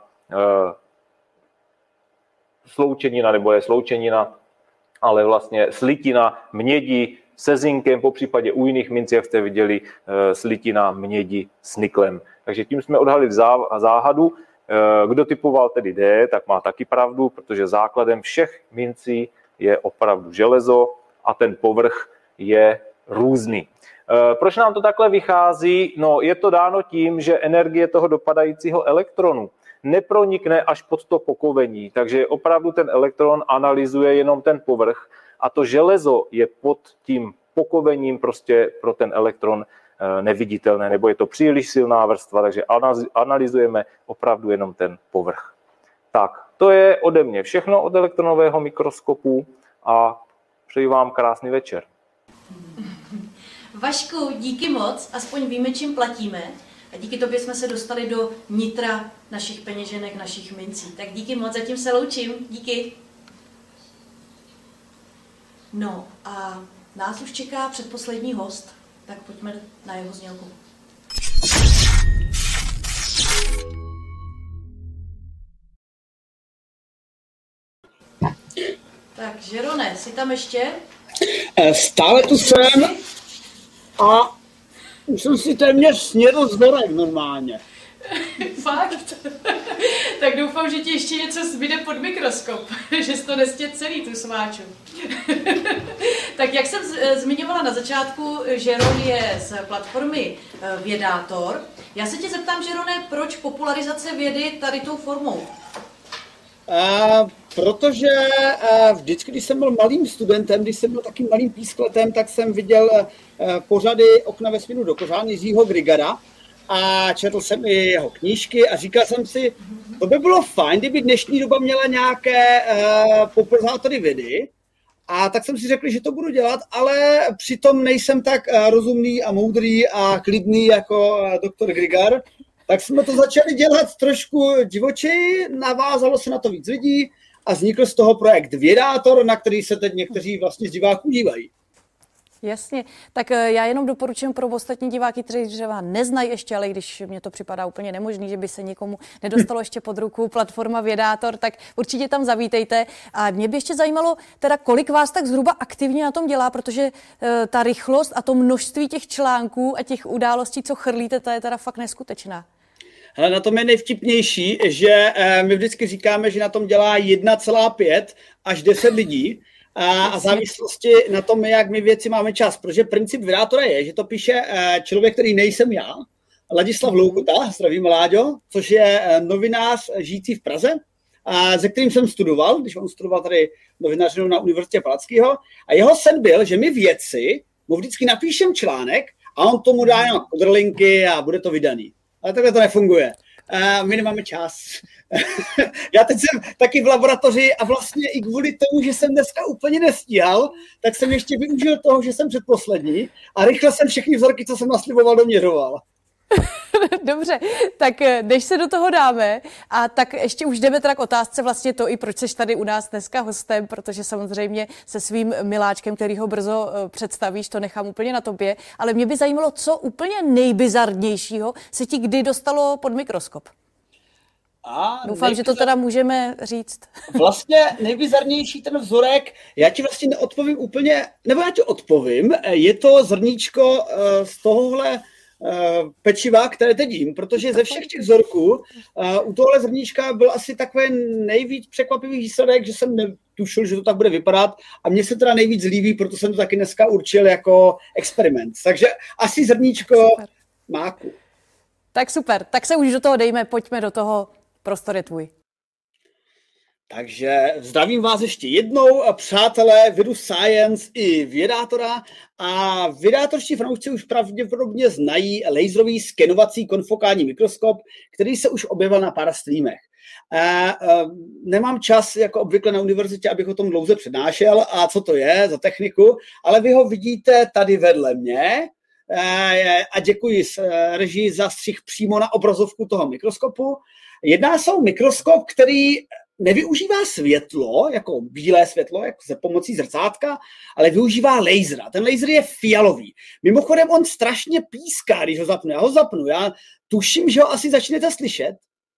sloučenina, nebo je sloučenina, ale vlastně slitina mědi se zinkem, po případě u jiných mincí, jak jste viděli, slitina mědi s niklem. Takže tím jsme odhalili záhadu. Kdo typoval tedy D, tak má taky pravdu, protože základem všech mincí je opravdu železo a ten povrch je různý. Proč nám to takhle vychází? No, je to dáno tím, že energie toho dopadajícího elektronu nepronikne až pod to pokovení, takže opravdu ten elektron analyzuje jenom ten povrch a to železo je pod tím pokovením prostě pro ten elektron neviditelné, nebo je to příliš silná vrstva, takže analyzujeme opravdu jenom ten povrch. Tak, to je ode mě všechno od elektronového mikroskopu a přeji vám krásný večer. Vašku, díky moc, aspoň víme, čím platíme. A díky tobě jsme se dostali do nitra našich peněženek, našich mincí. Tak díky moc, zatím se loučím. Díky. No a nás už čeká předposlední host, tak pojďme na jeho znělku. Tak, Žerone, jsi tam ještě? Stále tu jsem a už jsem si téměř snědl zvorek normálně. Fakt? Tak doufám, že ti ještě něco zbyde pod mikroskop, že jsi to nestěd celý, tu sváču. Tak jak jsem zmiňovala na začátku, Žeron je z platformy Vědátor. Já se tě zeptám, Žerone, proč popularizace vědy tady tou formou? Uh, protože uh, vždycky, když jsem byl malým studentem, když jsem byl takým malým pískletem, tak jsem viděl uh, pořady Okna vesmíru do kořán Jiřího Grigara a četl jsem i jeho knížky a říkal jsem si, to by bylo fajn, kdyby dnešní doba měla nějaké uh, popularizátory vědy. A tak jsem si řekl, že to budu dělat, ale přitom nejsem tak uh, rozumný a moudrý a klidný jako uh, doktor Grigar. Tak jsme to začali dělat trošku divočeji, navázalo se na to víc lidí a vznikl z toho projekt Vědátor, na který se teď někteří vlastně z diváků dívají. Jasně, tak já jenom doporučím pro ostatní diváky, kteří třeba neznají ještě, ale když mně to připadá úplně nemožný, že by se nikomu nedostalo ještě pod ruku platforma Vědátor, tak určitě tam zavítejte. A mě by ještě zajímalo, teda kolik vás tak zhruba aktivně na tom dělá, protože ta rychlost a to množství těch článků a těch událostí, co chrlíte, to je teda fakt neskutečná. Hele, na tom je nejvtipnější, že my vždycky říkáme, že na tom dělá jedna celá pět až deset lidí a, a závislosti na tom, jak my věci máme čas. Protože princip Vědátora je, že to píše člověk, který nejsem já, Ladislav Loukuta, zdravím Láďo, což je novinář žijící v Praze, a ze kterým jsem studoval, když on studoval tady novinařinu na Univerzitě Palackého. A jeho sen byl, že my vědci mu vždycky napíšem článek a on tomu dá jenom podrlinky a bude to vydaný. Ale takhle to nefunguje. a my nemáme čas. Já teď jsem taky v laboratoři a vlastně i kvůli tomu, že jsem dneska úplně nestíhal, tak jsem ještě využil toho, že jsem předposlední a rychle jsem všechny vzorky, co jsem nasliboval, doměřoval. Dobře, tak než se do toho dáme, a tak ještě už jdeme teda k otázce vlastně to, i proč seš tady u nás dneska hostem, protože samozřejmě se svým miláčkem, který ho brzo představíš, to nechám úplně na tobě, ale mě by zajímalo, co úplně nejbizarnějšího se ti kdy dostalo pod mikroskop. A Doufám, nejbizar... že to teda můžeme říct. Vlastně nejbizarnější ten vzorek, já ti vlastně neodpovím úplně, nebo já ti odpovím, je to zrníčko z tohohle pečiva, které teď jím, protože ze všech těch vzorků uh, u tohle zrníčka byl asi takový nejvíc překvapivý výsledek, že jsem netušil, že to tak bude vypadat a mně se teda nejvíc líbí, proto jsem to taky dneska určil jako experiment. Takže asi zrníčko super. Máku. Tak super, tak se už do toho dejme, pojďme do toho, prostor je tvůj. Takže zdravím vás ještě jednou, přátelé Vidu Science i vědátora. A vědátorští fanoušci už pravděpodobně znají laserový skenovací konfokální mikroskop, který se už objevil na pár streamech. A, a, nemám čas, jako obvykle na univerzitě, abych o tom dlouze přednášel a co to je za techniku, ale vy ho vidíte tady vedle mě. A děkuji režii za střih přímo na obrazovku toho mikroskopu. Jedná se o mikroskop, který nevyužívá světlo, jako bílé světlo, jako se pomocí zrcátka, ale využívá laser. Ten laser je fialový. Mimochodem on strašně píská, když ho zapnu. Já ho zapnu. Já tuším, že ho asi začnete slyšet.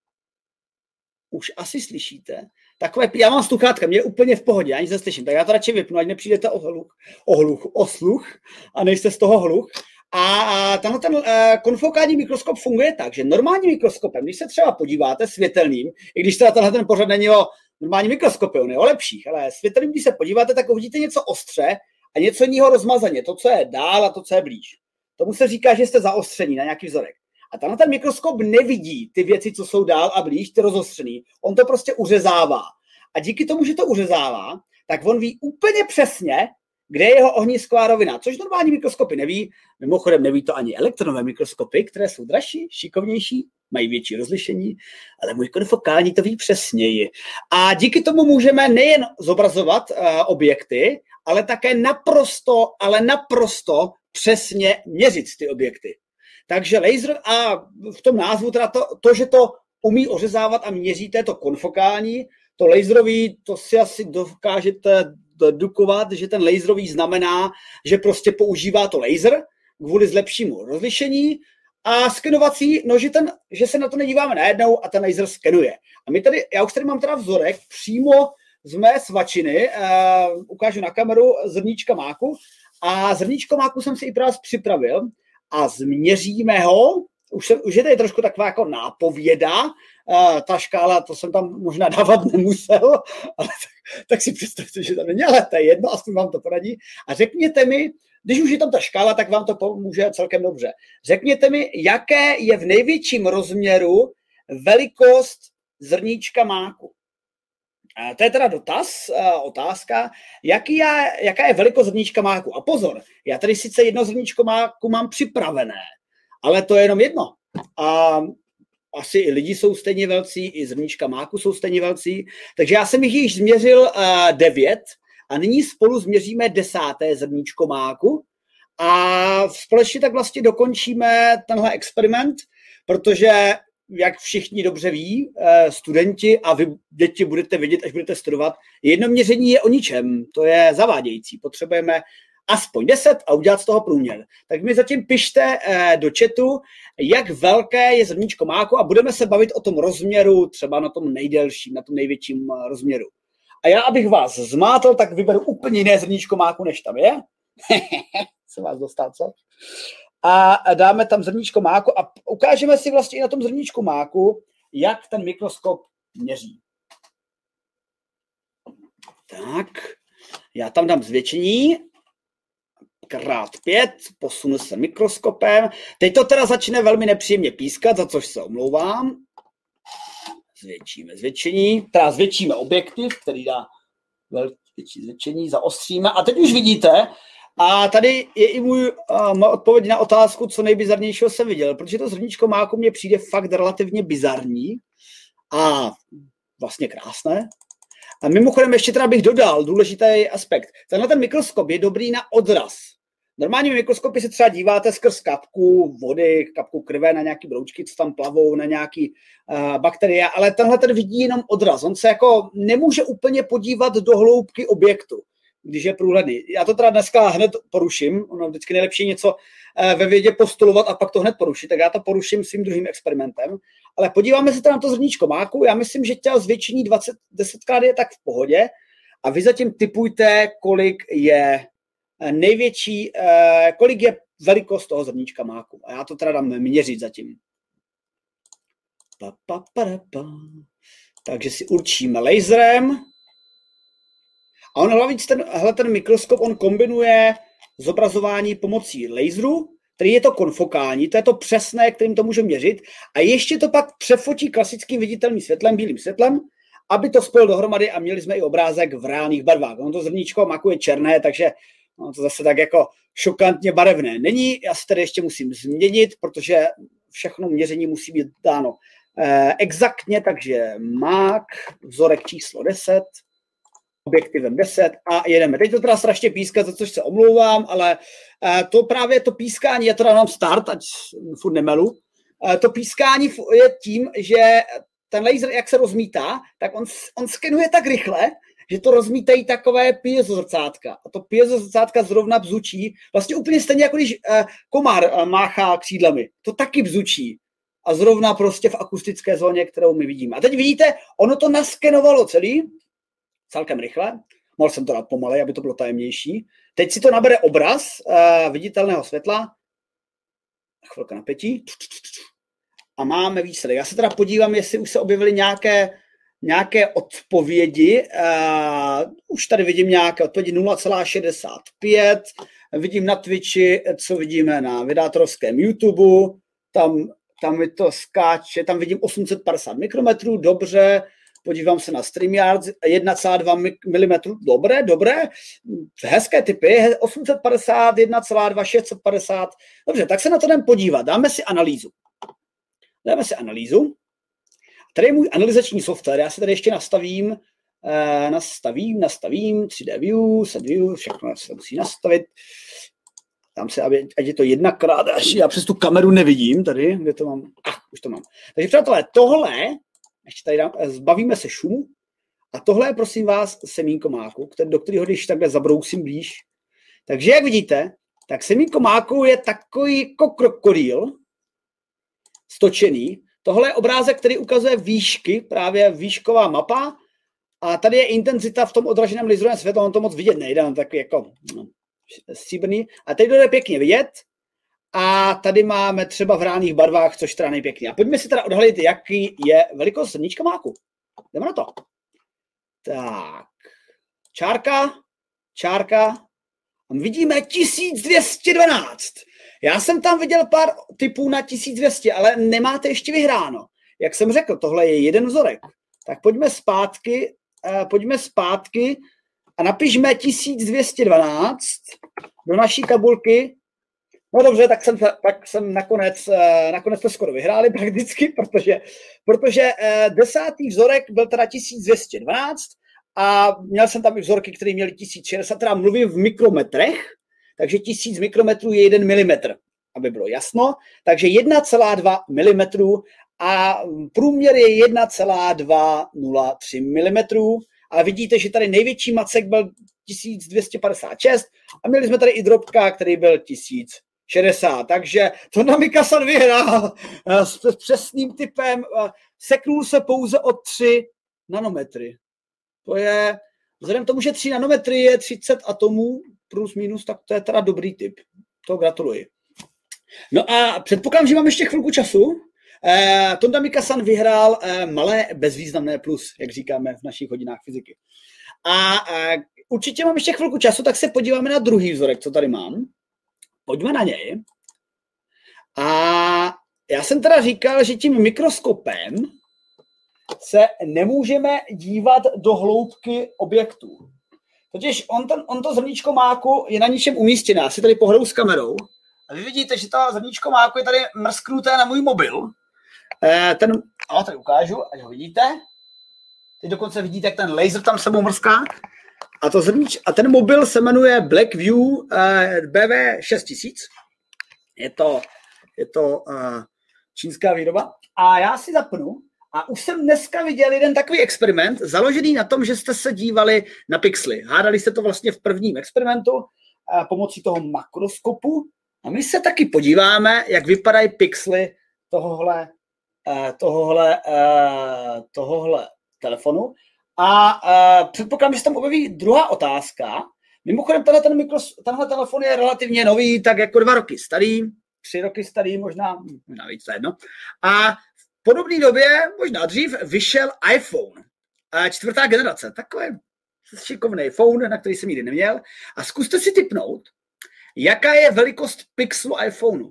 Už asi slyšíte. Takové, já mám sluchátka, mě je úplně v pohodě, já nic neslyším. Tak já to radši vypnu, ať nepřijdete o hluch, o hluch, o sluch a nejste z toho hluch. A tenhle ten uh, konfokální mikroskop funguje tak, že normálním mikroskopem, když se třeba podíváte světelným, i když teda tenhle ten pořad není o normálním mikroskopě, on je o lepších, ale světelným, když se podíváte, tak uvidíte něco ostře a něco jiného rozmazaně, to, co je dál a to, co je blíž. Tomu se říká, že jste zaostření na nějaký vzorek. A tenhle ten mikroskop nevidí ty věci, co jsou dál a blíž, ty rozostřený. On to prostě uřezává. A díky tomu, že to uřezává, tak on ví úplně přesně, kde je jeho ohnisková rovina, což normální mikroskopy neví. Mimochodem neví to ani elektronové mikroskopy, které jsou dražší, šikovnější, mají větší rozlišení, ale můj konfokální to ví přesněji. A díky tomu můžeme nejen zobrazovat uh, objekty, ale také naprosto, ale naprosto přesně měřit ty objekty. Takže laser a v tom názvu teda to, to, že to umí ořezávat a měříte to konfokální, to laserový, to si asi dokážete dedukovat, že ten laserový znamená, že prostě používá to laser kvůli zlepšímu rozlišení a skenovací, no že, ten, že se na to nedíváme najednou a ten laser skenuje. A my tady, já už tady mám teda vzorek přímo z mé svačiny, uh, ukážu na kameru zrníčka máku a zrníčko máku jsem si i právě připravil a změříme ho. Už, se, už je tady trošku taková jako nápověda, uh, ta škála, to jsem tam možná dávat nemusel, ale tak, tak si představte, že tam není, ale to je jedno, aspoň vám to poradí. A řekněte mi, když už je tam ta škála, tak vám to pomůže celkem dobře. Řekněte mi, jaké je v největším rozměru velikost zrníčka máku. Uh, to je teda dotaz, uh, otázka, jaký je, jaká je velikost zrníčka máku. A pozor, já tady sice jedno zrníčko máku mám připravené, ale to je jenom jedno. A asi i lidi jsou stejně velcí, i zrníčka máku jsou stejně velcí. Takže já jsem jich již změřil uh, devět a nyní spolu změříme desáté zrníčko máku a společně tak vlastně dokončíme tenhle experiment, protože jak všichni dobře ví, uh, studenti a vy děti budete vědět, až budete studovat, jedno měření je o ničem, to je zavádějící. Potřebujeme aspoň deset a udělat z toho průměr. Tak mi zatím pište eh, do chatu, jak velké je zrníčko máku a budeme se bavit o tom rozměru, třeba na tom nejdelším, na tom největším uh, rozměru. A já, abych vás zmátl, tak vyberu úplně jiné zrníčko máku, než tam je. Jsem vás dostal, co? A dáme tam zrníčko máku a ukážeme si vlastně i na tom zrníčku máku, jak ten mikroskop měří. Tak, já tam dám zvětšení. Krát pět, posunu se mikroskopem. Teď to teda začne velmi nepříjemně pískat, za což se omlouvám. Zvětšíme zvětšení, teda zvětšíme objektiv, který dá velké zvětšení, zaostříme. A teď už vidíte, A tady je i můj uh, odpověď na otázku, co nejbizarnějšího jsem viděl, protože to zrníčko máku mně přijde fakt relativně bizarní a vlastně krásné. A mimochodem ještě teda bych dodal důležitý aspekt. Tenhle ten mikroskop je dobrý na odraz. Normální mikroskopy se třeba díváte skrz kapku vody, kapku krve na nějaký broučky, co tam plavou, na nějaký uh, bakterie, ale tenhle ten vidí jenom odraz. On se jako nemůže úplně podívat do hloubky objektu, když je průhledný. Já to teda dneska hned poruším, ono vždycky nejlepší něco uh, ve vědě postulovat a pak to hned porušit, tak já to poruším svým druhým experimentem. Ale podíváme se teda na to zrníčko máku, já myslím, že tělo zvětšení dvacet desetkrát je tak v pohodě a vy zatím tipujte, kolik je největší, eh, kolik je velikost toho zrníčka máku. A já to teda dám měřit zatím. Pa, pa, pa, pa. Takže si určíme laserem. A on hlavně ten, hle, ten mikroskop, on kombinuje zobrazování pomocí laseru, který je to konfokální, to je to přesné, kterým to může měřit. A ještě to pak přefotí klasickým viditelným světlem, bílým světlem, aby to spojil dohromady a měli jsme i obrázek v reálných barvách. Ono to zrníčko máku je černé, takže no, to zase tak jako šokantně barevné není. Já se tady ještě musím změnit, protože všechno měření musí být dáno eh, exaktně, takže mák, vzorek číslo deset, objektivem deset a jedeme. Teď to teda strašně píská, za což se omlouvám, ale eh, to právě to pískání, já to dám start, ať furt nemelu, eh, to pískání je tím, že ten laser, jak se rozmítá, tak on, on skenuje tak rychle, že to rozmítají takové piezozrcátka. A to piezozrcátka zrovna bzučí, vlastně úplně stejně, jako když eh, komár eh, máchá křídlami. To taky bzučí. A zrovna prostě v akustické zóně, kterou my vidíme. A teď vidíte, ono to naskenovalo celý, celkem rychle. Mohl jsem to dát pomalej, aby to bylo tajemnější. Teď si to nabere obraz eh, viditelného světla. Chvilka napětí. A máme výsledek. Já se teda podívám, jestli už se objevily nějaké nějaké odpovědi. Uh, už tady vidím nějaké odpovědi nula celá šedesát pět. Vidím na Twitchi, co vidíme na vydátorovském YouTube. Tam, tam mi to skáče, tam vidím osm set padesát mikrometrů, dobře. Podívám se na StreamYard, jedna celá dva milimetru, dobré, dobré. Hezké typy, osm set padesát, jedna celá dva, šest set padesát. Dobře, tak se na to jdeme podívat. Dáme si analýzu. Dáme si analýzu. Tady je můj analyzační software, já se tady ještě nastavím, eh, nastavím, nastavím, tři dé view, set view, všechno se musí nastavit. Tam se, aby, ať je to jednakrát, až já přes tu kameru nevidím tady, kde to mám, ah, už to mám. Takže přátelé, tohle, ještě tady dám, zbavíme se šumu, a tohle je, prosím vás, semínko máku, který, do kterého když takhle zabrousím blíž. Takže jak vidíte, tak semínko máku je takový jako krokodýl, stočený. Tohle je obrázek, který ukazuje výšky, právě výšková mapa. A tady je intenzita v tom odraženém laserovém světle, on to moc vidět nejde, on takový jako no, stříbrný. A teď to jde pěkně vidět. A tady máme třeba v reálných barvách, což teda nejpěkný. A pojďme si teda odhalit, jaký je velikost srníčka máku. Jdeme na to. Tak. Čárka, čárka. A vidíme tisíc dvě stě dvanáct. Já jsem tam viděl pár typů na tisíc dvě stě, ale nemáte ještě vyhráno. Jak jsem řekl, tohle je jeden vzorek. Tak pojďme zpátky, eh, pojďme zpátky a napišme tisíc dvě stě dvanáct do naší tabulky. No dobře, tak jsem, tak jsem nakonec, eh, nakonec to skoro vyhráli prakticky, protože, protože eh, desátý vzorek byl teda tisíc dvě stě dvanáct a měl jsem tam i vzorky, které měly tisíc šedesát, teda mluvím v mikrometrech, takže tisíc mikrometrů je jeden milimetr, aby bylo jasno. Takže jedna celá dva milimetru a průměr je jedna celá dvě nula tři milimetru. A vidíte, že tady největší macek byl tisíc dvě stě padesát šest a měli jsme tady i drobka, který byl tisíc šedesát. Takže to na Mikasan vyhrál s přesným typem. Seknul se pouze o tři nanometry. To je, vzhledem k tomu, že tři nanometry je třicet atomů, plus minus, tak to je teda dobrý tip. To gratuluji. No a předpokládám, že mám ještě chvilku času. Eh, Tonda Mikasan vyhrál eh, malé bezvýznamné plus, jak říkáme v našich hodinách fyziky. A eh, určitě mám ještě chvilku času, tak se podíváme na druhý vzorek, co tady mám. Pojďme na něj. A já jsem teda říkal, že tím mikroskopem se nemůžeme dívat do hloubky objektů. Totiž on, ten, on to zrníčko máku je na něčem umístěné. Já si tady pohraju s kamerou. A vy vidíte, že to zrníčko máku je tady mrsknuté na můj mobil. Eh, ten, no, tady ukážu, ať ho vidíte. Teď dokonce vidíte, jak ten laser tam sebou mrská. A, to zrníč, a ten mobil se jmenuje Blackview eh, B V šest tisíc. Je to, je to eh, čínská výroba. A já si zapnu. A už jsem dneska viděl jeden takový experiment, založený na tom, že jste se dívali na pixely. Hádali jste to vlastně v prvním experimentu eh, pomocí toho makroskopu. A my se taky podíváme, jak vypadají pixely tohohle, eh, tohohle, eh, tohohle telefonu. A eh, předpokládám, že se tam objeví druhá otázka. Mimochodem, tenhle, ten mikros, tenhle telefon je relativně nový, tak jako dva roky starý, tři roky starý, možná, možná víc, jedno. A v podobné době, možná dřív, vyšel iPhone, čtvrtá generace, takový šikovný phone, na který jsem nikdy neměl. A zkuste si tipnout, jaká je velikost pixelu iPhoneu.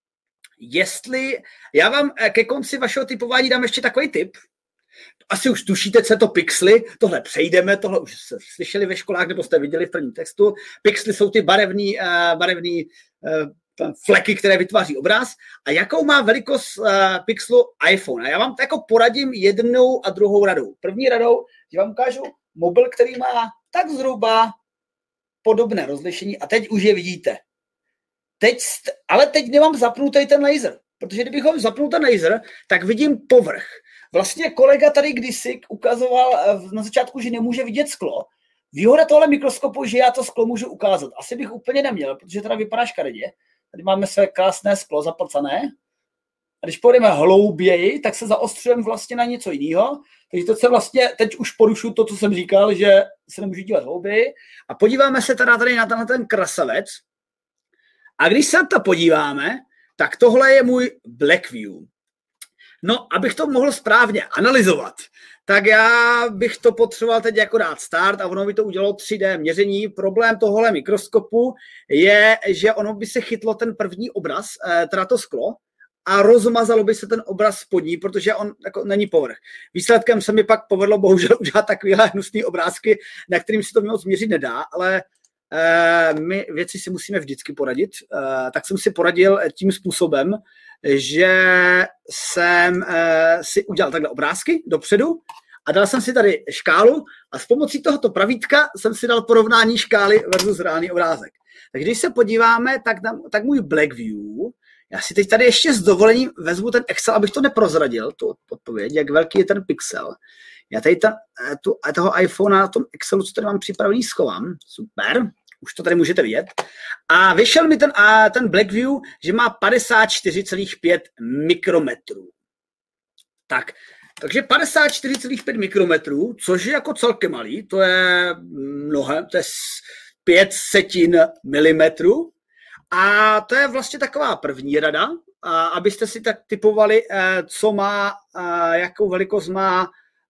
Jestli, já vám ke konci vašeho typování dám ještě takový tip. Asi už tušíte, co je to pixely, tohle přejdeme, tohle už jste slyšeli ve školách, nebo jste viděli v prvním textu. Pixely jsou ty barevný, uh, barevný uh, fleky, které vytváří obraz. A jakou má velikost uh, pixelu iPhone? A já vám to jako poradím jednou a druhou radou. První radou, že vám ukážu mobil, který má tak zhruba podobné rozlišení a teď už je vidíte. Teď, ale teď nemám zapnutý ten laser, protože kdybych ho zapnul ten laser, tak vidím povrch. Vlastně kolega tady kdysi ukazoval na začátku, že nemůže vidět sklo. Výhoda tohle mikroskopu, že já to sklo můžu ukázat. Asi bych úplně neměl, protože teda vypadá škaredě. Tady máme své krásné sklo zaplacané. A když půjdeme hlouběji, tak se zaostřujeme vlastně na něco jiného. Takže to se vlastně, teď už porušu to, co jsem říkal, že se nemůžu dívat hlouběji. A podíváme se teda tady na tenhle ten krasavec. A když se na to podíváme, tak tohle je můj Blackview. No, abych to mohl správně analyzovat, tak já bych to potřeboval teď jako dát start a ono by to udělalo tři dé měření. Problém tohohle mikroskopu je, že ono by se chytlo ten první obraz, teda to sklo, a rozmazalo by se ten obraz spodní, protože on jako není povrch. Výsledkem se mi pak povedlo bohužel udělat takovéhle hnusné obrázky, na kterým se to moc změřit nedá, ale eh, my věci si musíme vždycky poradit. Eh, tak jsem si poradil tím způsobem, že jsem eh, si udělal takhle obrázky dopředu a dal jsem si tady škálu a s pomocí tohoto pravítka jsem si dal porovnání škály versus reálný obrázek. Takže když se podíváme, tak, tam, tak můj Blackview, já si teď tady ještě s dovolením vezmu ten Excel, abych to neprozradil, tu odpověď, jak velký je ten pixel. Já tady ta, tu, toho iPhone na tom Excelu, co tady mám připravený, schovám. Super. Už to tady můžete vidět. A vyšel mi ten, a ten Blackview, že má padesát čtyři celá pět mikrometrů. Tak, takže padesát čtyři celá pět mikrometrů, což je jako celkem malý, to je mnohem, to je pět setin milimetrů. A to je vlastně taková první rada, a abyste si tak typovali, co má, jakou velikost má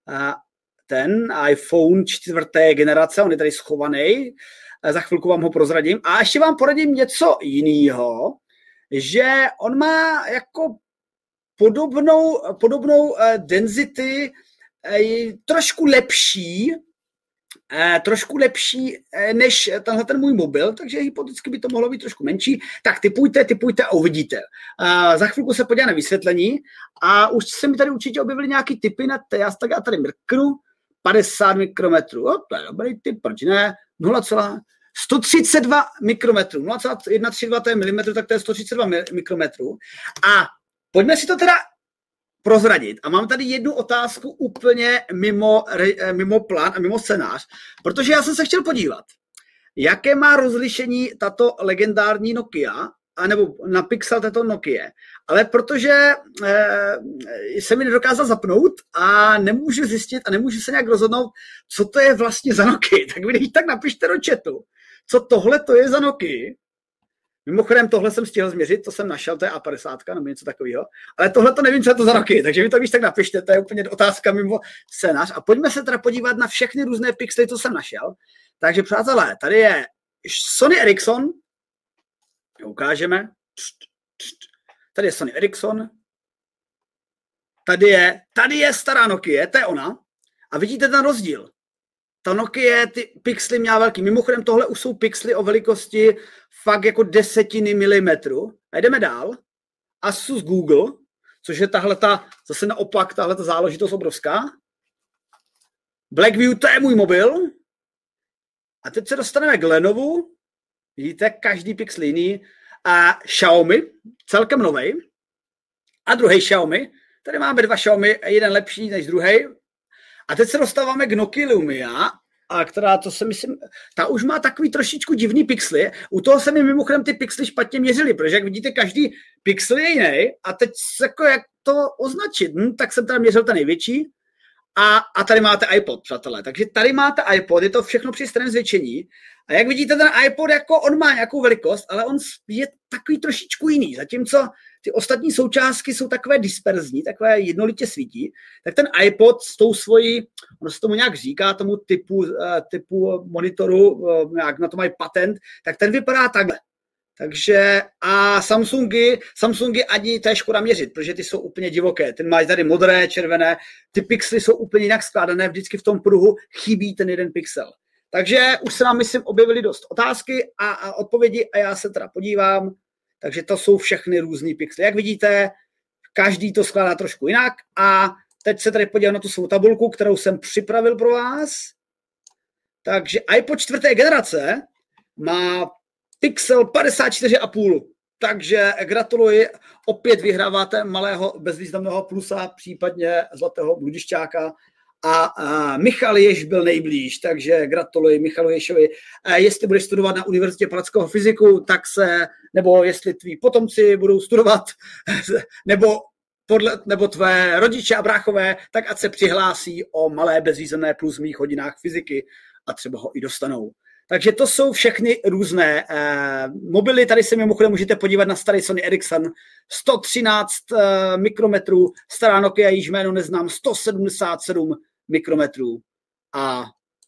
ten iPhone čtvrté generace, on je tady schovaný. Za chvilku vám ho prozradím. A ještě vám poradím něco jiného, že on má jako podobnou, podobnou uh, density, uh, trošku lepší, uh, trošku lepší uh, než tenhle ten můj mobil, takže hypoteticky by to mohlo být trošku menší. Tak typujte, typujte a uvidíte. Uh, za chvilku se podívám na vysvětlení a už se mi tady určitě objevily nějaký typy, na t- já tak já tady mrknu, padesát mikrometrů, o, to je dobrý typ, proč ne? nula celá sto třicet dva mikrometrů, nula celá jedna tři dva to je milimetru, tak to je sto třicet dva mikrometrů. A pojďme si to teda prozradit. A mám tady jednu otázku úplně mimo, mimo plán a mimo scénář, protože já jsem se chtěl podívat, jaké má rozlišení tato legendární Nokia, anebo na pixel této Nokia, ale protože eh, se mi nedokázal zapnout a nemůžu zjistit a nemůžu se nějak rozhodnout, co to je vlastně za Nokia, tak vy tak napište do chatu, co tohle to je za Nokia. Mimochodem tohle jsem stihl změřit, to jsem našel, to je A padesát nebo něco takového, ale tohle to nevím, co je to za Nokia, takže vy to když tak napište, to je úplně otázka mimo scénář. A pojďme se teda podívat na všechny různé pixely, co jsem našel. Takže přátelé, tady je Sony Ericsson, ukážeme. Tady je Sony Ericsson. Tady je, tady je stará Nokia, to je ona. A vidíte ten rozdíl. ta Nokia ty pixely měla velký. Mimochodem tohle už jsou pixely o velikosti fakt jako desetiny milimetru. A jdeme dál. Asus Google, což je tahle ta, zase naopak, tahle ta záležitost obrovská. Blackview, to je můj mobil. A teď se dostaneme k Lenovu. Vidíte, každý pixel jiný. A Xiaomi, celkem novej. A druhý Xiaomi. Tady máme dva Xiaomi, jeden lepší než druhý. A teď se dostáváme k Nokia Lumia, a která to se myslím, ta už má takový trošičku divný pixely. U toho se mi mimochodem ty pixely špatně měřily, protože jak vidíte, každý pixel je jiný. A teď jako jak to označit, hm, tak jsem teda měřil ten největší. A, a tady máte iPod, přátelé. Takže tady máte iPod, je to všechno při stejném zvětšení. A jak vidíte, ten iPod, jako on má nějakou velikost, ale on je takový trošičku jiný. Zatímco ty ostatní součástky jsou takové disperzní, takové jednolitě svítí, tak ten iPod s tou svojí, ono se tomu nějak říká, tomu typu, typu monitoru, nějak na to mají patent, tak ten vypadá takhle. Takže a Samsungy, Samsungy ani to je škoda měřit, protože ty jsou úplně divoké. Ten má tady modré, červené, ty pixely jsou úplně jinak skládané, vždycky v tom pruhu chybí ten jeden pixel. Takže už se nám, myslím, objevily dost otázky a, a odpovědi a já se teda podívám. Takže to jsou všechny různý pixely. Jak vidíte, každý to skládá trošku jinak a teď se tady podívám na tu svou tabulku, kterou jsem připravil pro vás. Takže iPod čtvrté generace má pixel padesát čtyři a půl. Takže gratuluji, opět vyhráváte malého bezvýznamného plusa, případně zlatého bludišťáka. A, a Michal Jež byl nejblíž, takže gratuluji Michalu Ješovi. A jestli budeš studovat na Univerzitě Palackého fyziku, tak se, nebo jestli tví potomci budou studovat, nebo, podle, nebo tvé rodiče a bráchové, tak ať se přihlásí o malé bezvýznamné plus v mých hodinách fyziky a třeba ho i dostanou. Takže to jsou všechny různé eh, mobily. Tady se mimochodem můžete podívat na starý Sony Ericsson. sto třináct eh, mikrometrů, stará Nokia, již jméno neznám, sto sedmdesát sedm mikrometrů. A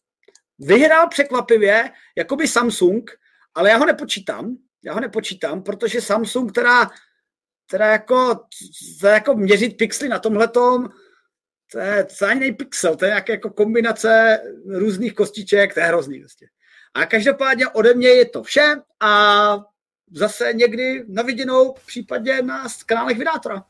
vyhrál překvapivě jakoby Samsung, ale já ho nepočítám. Já ho nepočítám, protože Samsung teda, teda jako, teda jako měřit pixely na tomhletom, to je, to je ani nejpixel, to je nějaká jako kombinace různých kostiček, to je hrozný vlastně. A každopádně ode mě je to vše a zase někdy na viděnou, případně na kanálech Vydátora.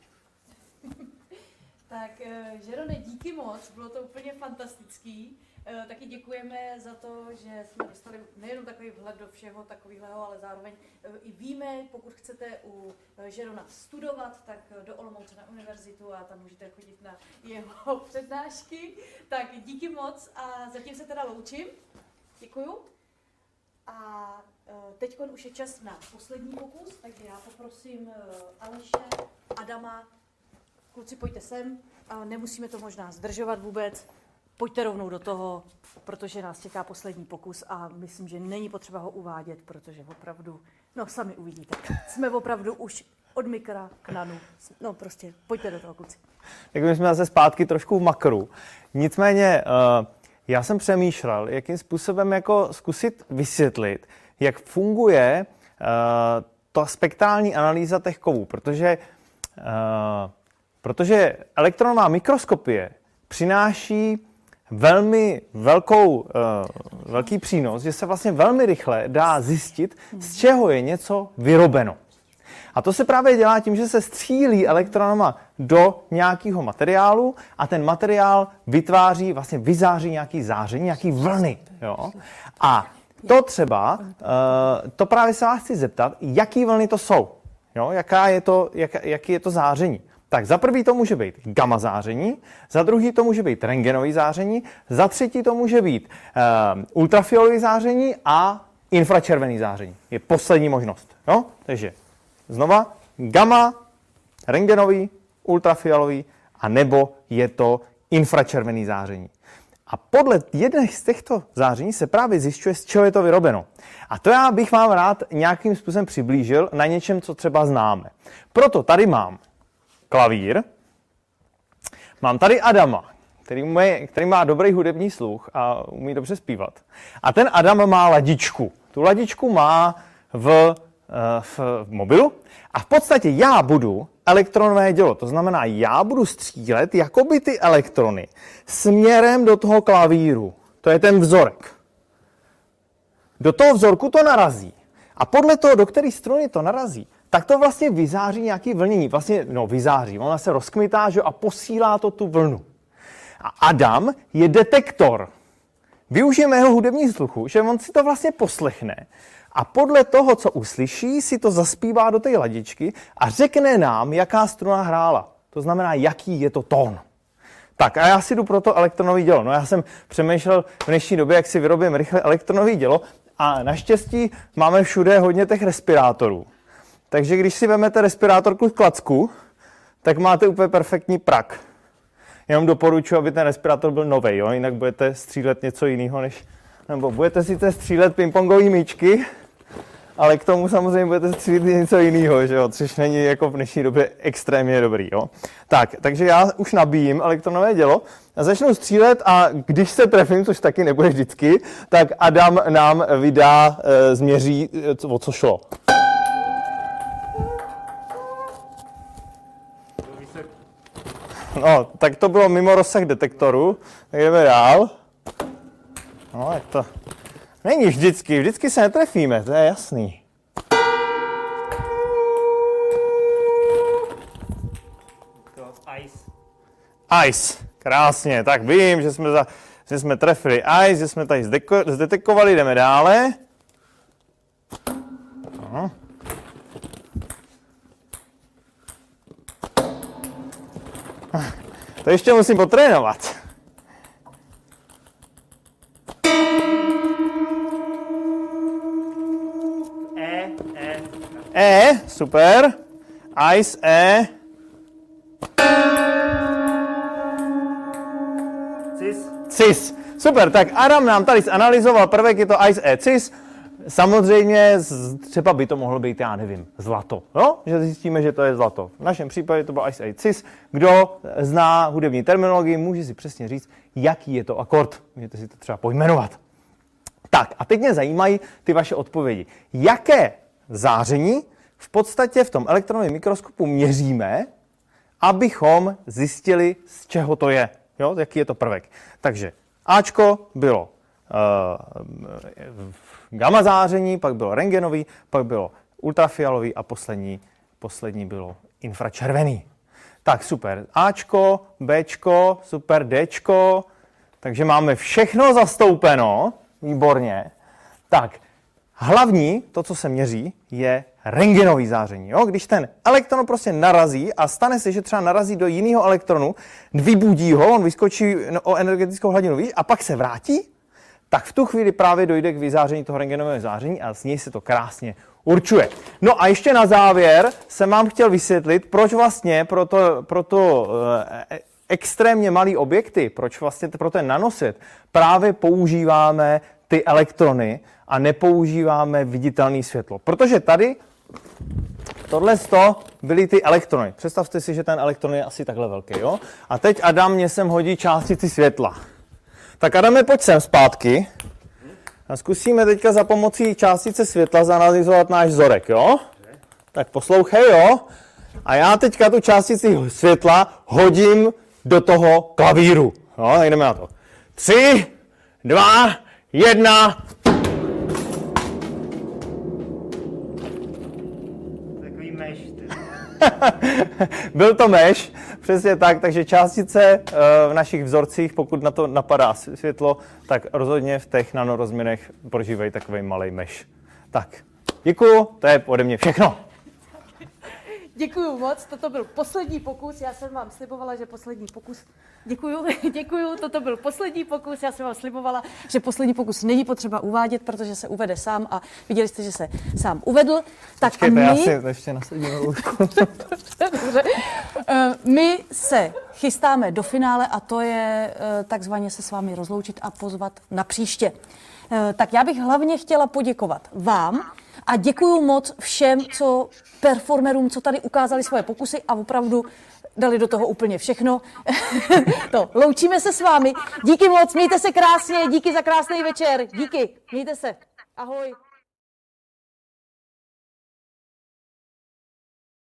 Tak Žerone, díky moc, bylo to úplně fantastický. Taky děkujeme za to, že jsme dostali nejenom takový vhled do všeho takového, ale zároveň i víme, pokud chcete u Žerona studovat, tak do Olomouce na univerzitu a tam můžete chodit na jeho přednášky. Tak díky moc a zatím se teda loučím. Děkuju. A teď už je čas na poslední pokus, takže já poprosím Aleše, Adama, kluci pojďte sem, a nemusíme to možná zdržovat vůbec, pojďte rovnou do toho, protože nás čeká poslední pokus a myslím, že není potřeba ho uvádět, protože opravdu, no sami uvidíte, jsme opravdu už od mikra k nanu, no prostě pojďte do toho, kluci. Tak my jsme zase zpátky trošku v makru, nicméně uh... já jsem přemýšlel, jakým způsobem jako zkusit vysvětlit, jak funguje uh, ta spektrální analýza těch kovů, protože, uh, protože elektronová mikroskopie přináší velmi velkou, uh, velký přínos, že se vlastně velmi rychle dá zjistit, z čeho je něco vyrobeno. A to se právě dělá tím, že se střílí elektronama do nějakého materiálu a ten materiál vytváří, vlastně vyzáří nějaký záření, nějaký vlny. Jo? A to třeba, to právě se vás chci zeptat, jaký vlny to jsou, jo? Jaká je to, jak, jaký je to záření. Tak za prvý to může být gamma záření, za druhý to může být rentgenový záření, za třetí to může být uh, ultrafialový záření a infračervený záření. Je poslední možnost. Jo? Takže znova, gamma, rentgenový, ultrafialový a nebo je to infračervený záření. A podle jedných z těchto záření se právě zjišťuje, z čeho je to vyrobeno. A to já bych vám rád nějakým způsobem přiblížil na něčem, co třeba známe. Proto tady mám klavír, mám tady Adama, který, umí, který má dobrý hudební sluch a umí dobře zpívat. A ten Adam má ladičku. Tu ladičku má v v mobilu a v podstatě já budu elektronové dělo. To znamená, já budu střílet jakoby ty elektrony směrem do toho klavíru. to je ten vzorek. Do toho vzorku to narazí. A podle toho, do které struny to narazí, tak to vlastně vyzáří nějaký vlnění. Vlastně, no vyzáří, ona se rozkmitá, že, a posílá to tu vlnu. A Adam je detektor. Využijeme jeho hudební sluchu, že on si to vlastně poslechne a podle toho, co uslyší, si to zaspívá do té ladičky a řekne nám, jaká struna hrála. To znamená, jaký je to tón. Tak a já si jdu pro to elektronové dělo. No já jsem přemýšlel v dnešní době, jak si vyrobím rychle elektronové dělo a naštěstí máme všude hodně těch respirátorů. Takže když si vezmete respirátorku z klacku, tak máte úplně perfektní prak. Jenom doporučuji, aby ten respirátor byl novej, jo? Jinak budete střílet něco jiného, než... Nebo budete sice střílet pingpongové míčky, ale k tomu samozřejmě budete střílet něco jiného, že jo? Což není jako v dnešní době extrémně dobrý. Jo? Tak, takže já už nabíjím elektronové dělo a začnu střílet a když se trefím, což taky nebude vždycky, tak Adam nám vydá, e, změří, e, o co šlo. No, tak to bylo mimo rozsah detektoru, tak jdeme dál. No, jak to... Není vždycky, vždycky se netrefíme, to je jasný. Ice. Ice, krásně, tak vím, že jsme, za, že jsme trefili ice, že jsme tady zdeko, zdetekovali, jdeme dále. No. To ještě musím potrénovat. E, E. E, super. Ice, E. Cis. Cis. Super, tak Adam nám tady zanalyzoval prvek, je to Ice, E, Cis. Samozřejmě třeba by to mohlo být, já nevím, zlato. No? Že zjistíme, že to je zlato. V našem případě to bylo Ice, E, Cis. Kdo zná hudební terminologii, může si přesně říct, jaký je to akord. Můžete si to třeba pojmenovat. Tak a teď mě zajímají ty vaše odpovědi. Jaké záření v podstatě v tom elektronovém mikroskopu měříme, abychom zjistili, z čeho to je. Jo? Jaký je to prvek. Takže Ačko bylo uh, gamma záření, pak bylo rentgenový, pak bylo ultrafialový a poslední, poslední bylo infračervený. Tak super. Ačko, Bčko, super, Dčko. Takže máme všechno zastoupeno. Výborně. Tak, hlavní, to, co se měří, je rentgenový záření. Jo? Když ten elektron prostě narazí a stane se, že třeba narazí do jiného elektronu, vybudí ho, on vyskočí o energetickou hladinu výš a pak se vrátí, tak v tu chvíli právě dojde k vyzáření toho rentgenového záření a z něj se to krásně určuje. No a ještě na závěr jsem vám chtěl vysvětlit, proč vlastně pro to, pro to e, extrémně malý objekty, proč vlastně pro ten nanosvět právě používáme ty elektrony a nepoužíváme viditelné světlo. Protože tady tohle byly ty elektrony. Představte si, že ten elektron je asi takhle velký. Jo? A teď Adam mě sem hodí částici světla. Tak Adame, pojď sem zpátky. A zkusíme teďka za pomocí částice světla zanalyzovat náš vzorek. Jo? Tak poslouchej, jo? A já teďka tu částici světla hodím do toho klavíru. Jo? Tak jdeme na to. Tři, dva, jedna. Takový meš. Byl to meš, přesně tak, takže částice v našich vzorcích, pokud na to napadá světlo, tak rozhodně v těch nanorozměrech prožívají takový malý meš. Tak, děkuju, to je ode mě všechno. Děkuju moc, toto byl poslední pokus, já jsem vám slibovala, že poslední pokus, děkuju, děkuju, toto byl poslední pokus, já jsem vám slibovala, že poslední pokus není potřeba uvádět, protože se uvede sám a viděli jste, že se sám uvedl. Tak Počkejte, a my... já si to ještě nasadím loušku. Dobře. My se chystáme do finále a to je takzvaně se s vámi rozloučit a pozvat na příště. Tak já bych hlavně chtěla poděkovat vám a děkuju moc všem, co performerům, co tady ukázali svoje pokusy a opravdu dali do toho úplně všechno. To, loučíme se s vámi. Díky moc, mějte se krásně, díky za krásný večer. Díky, mějte se. Ahoj.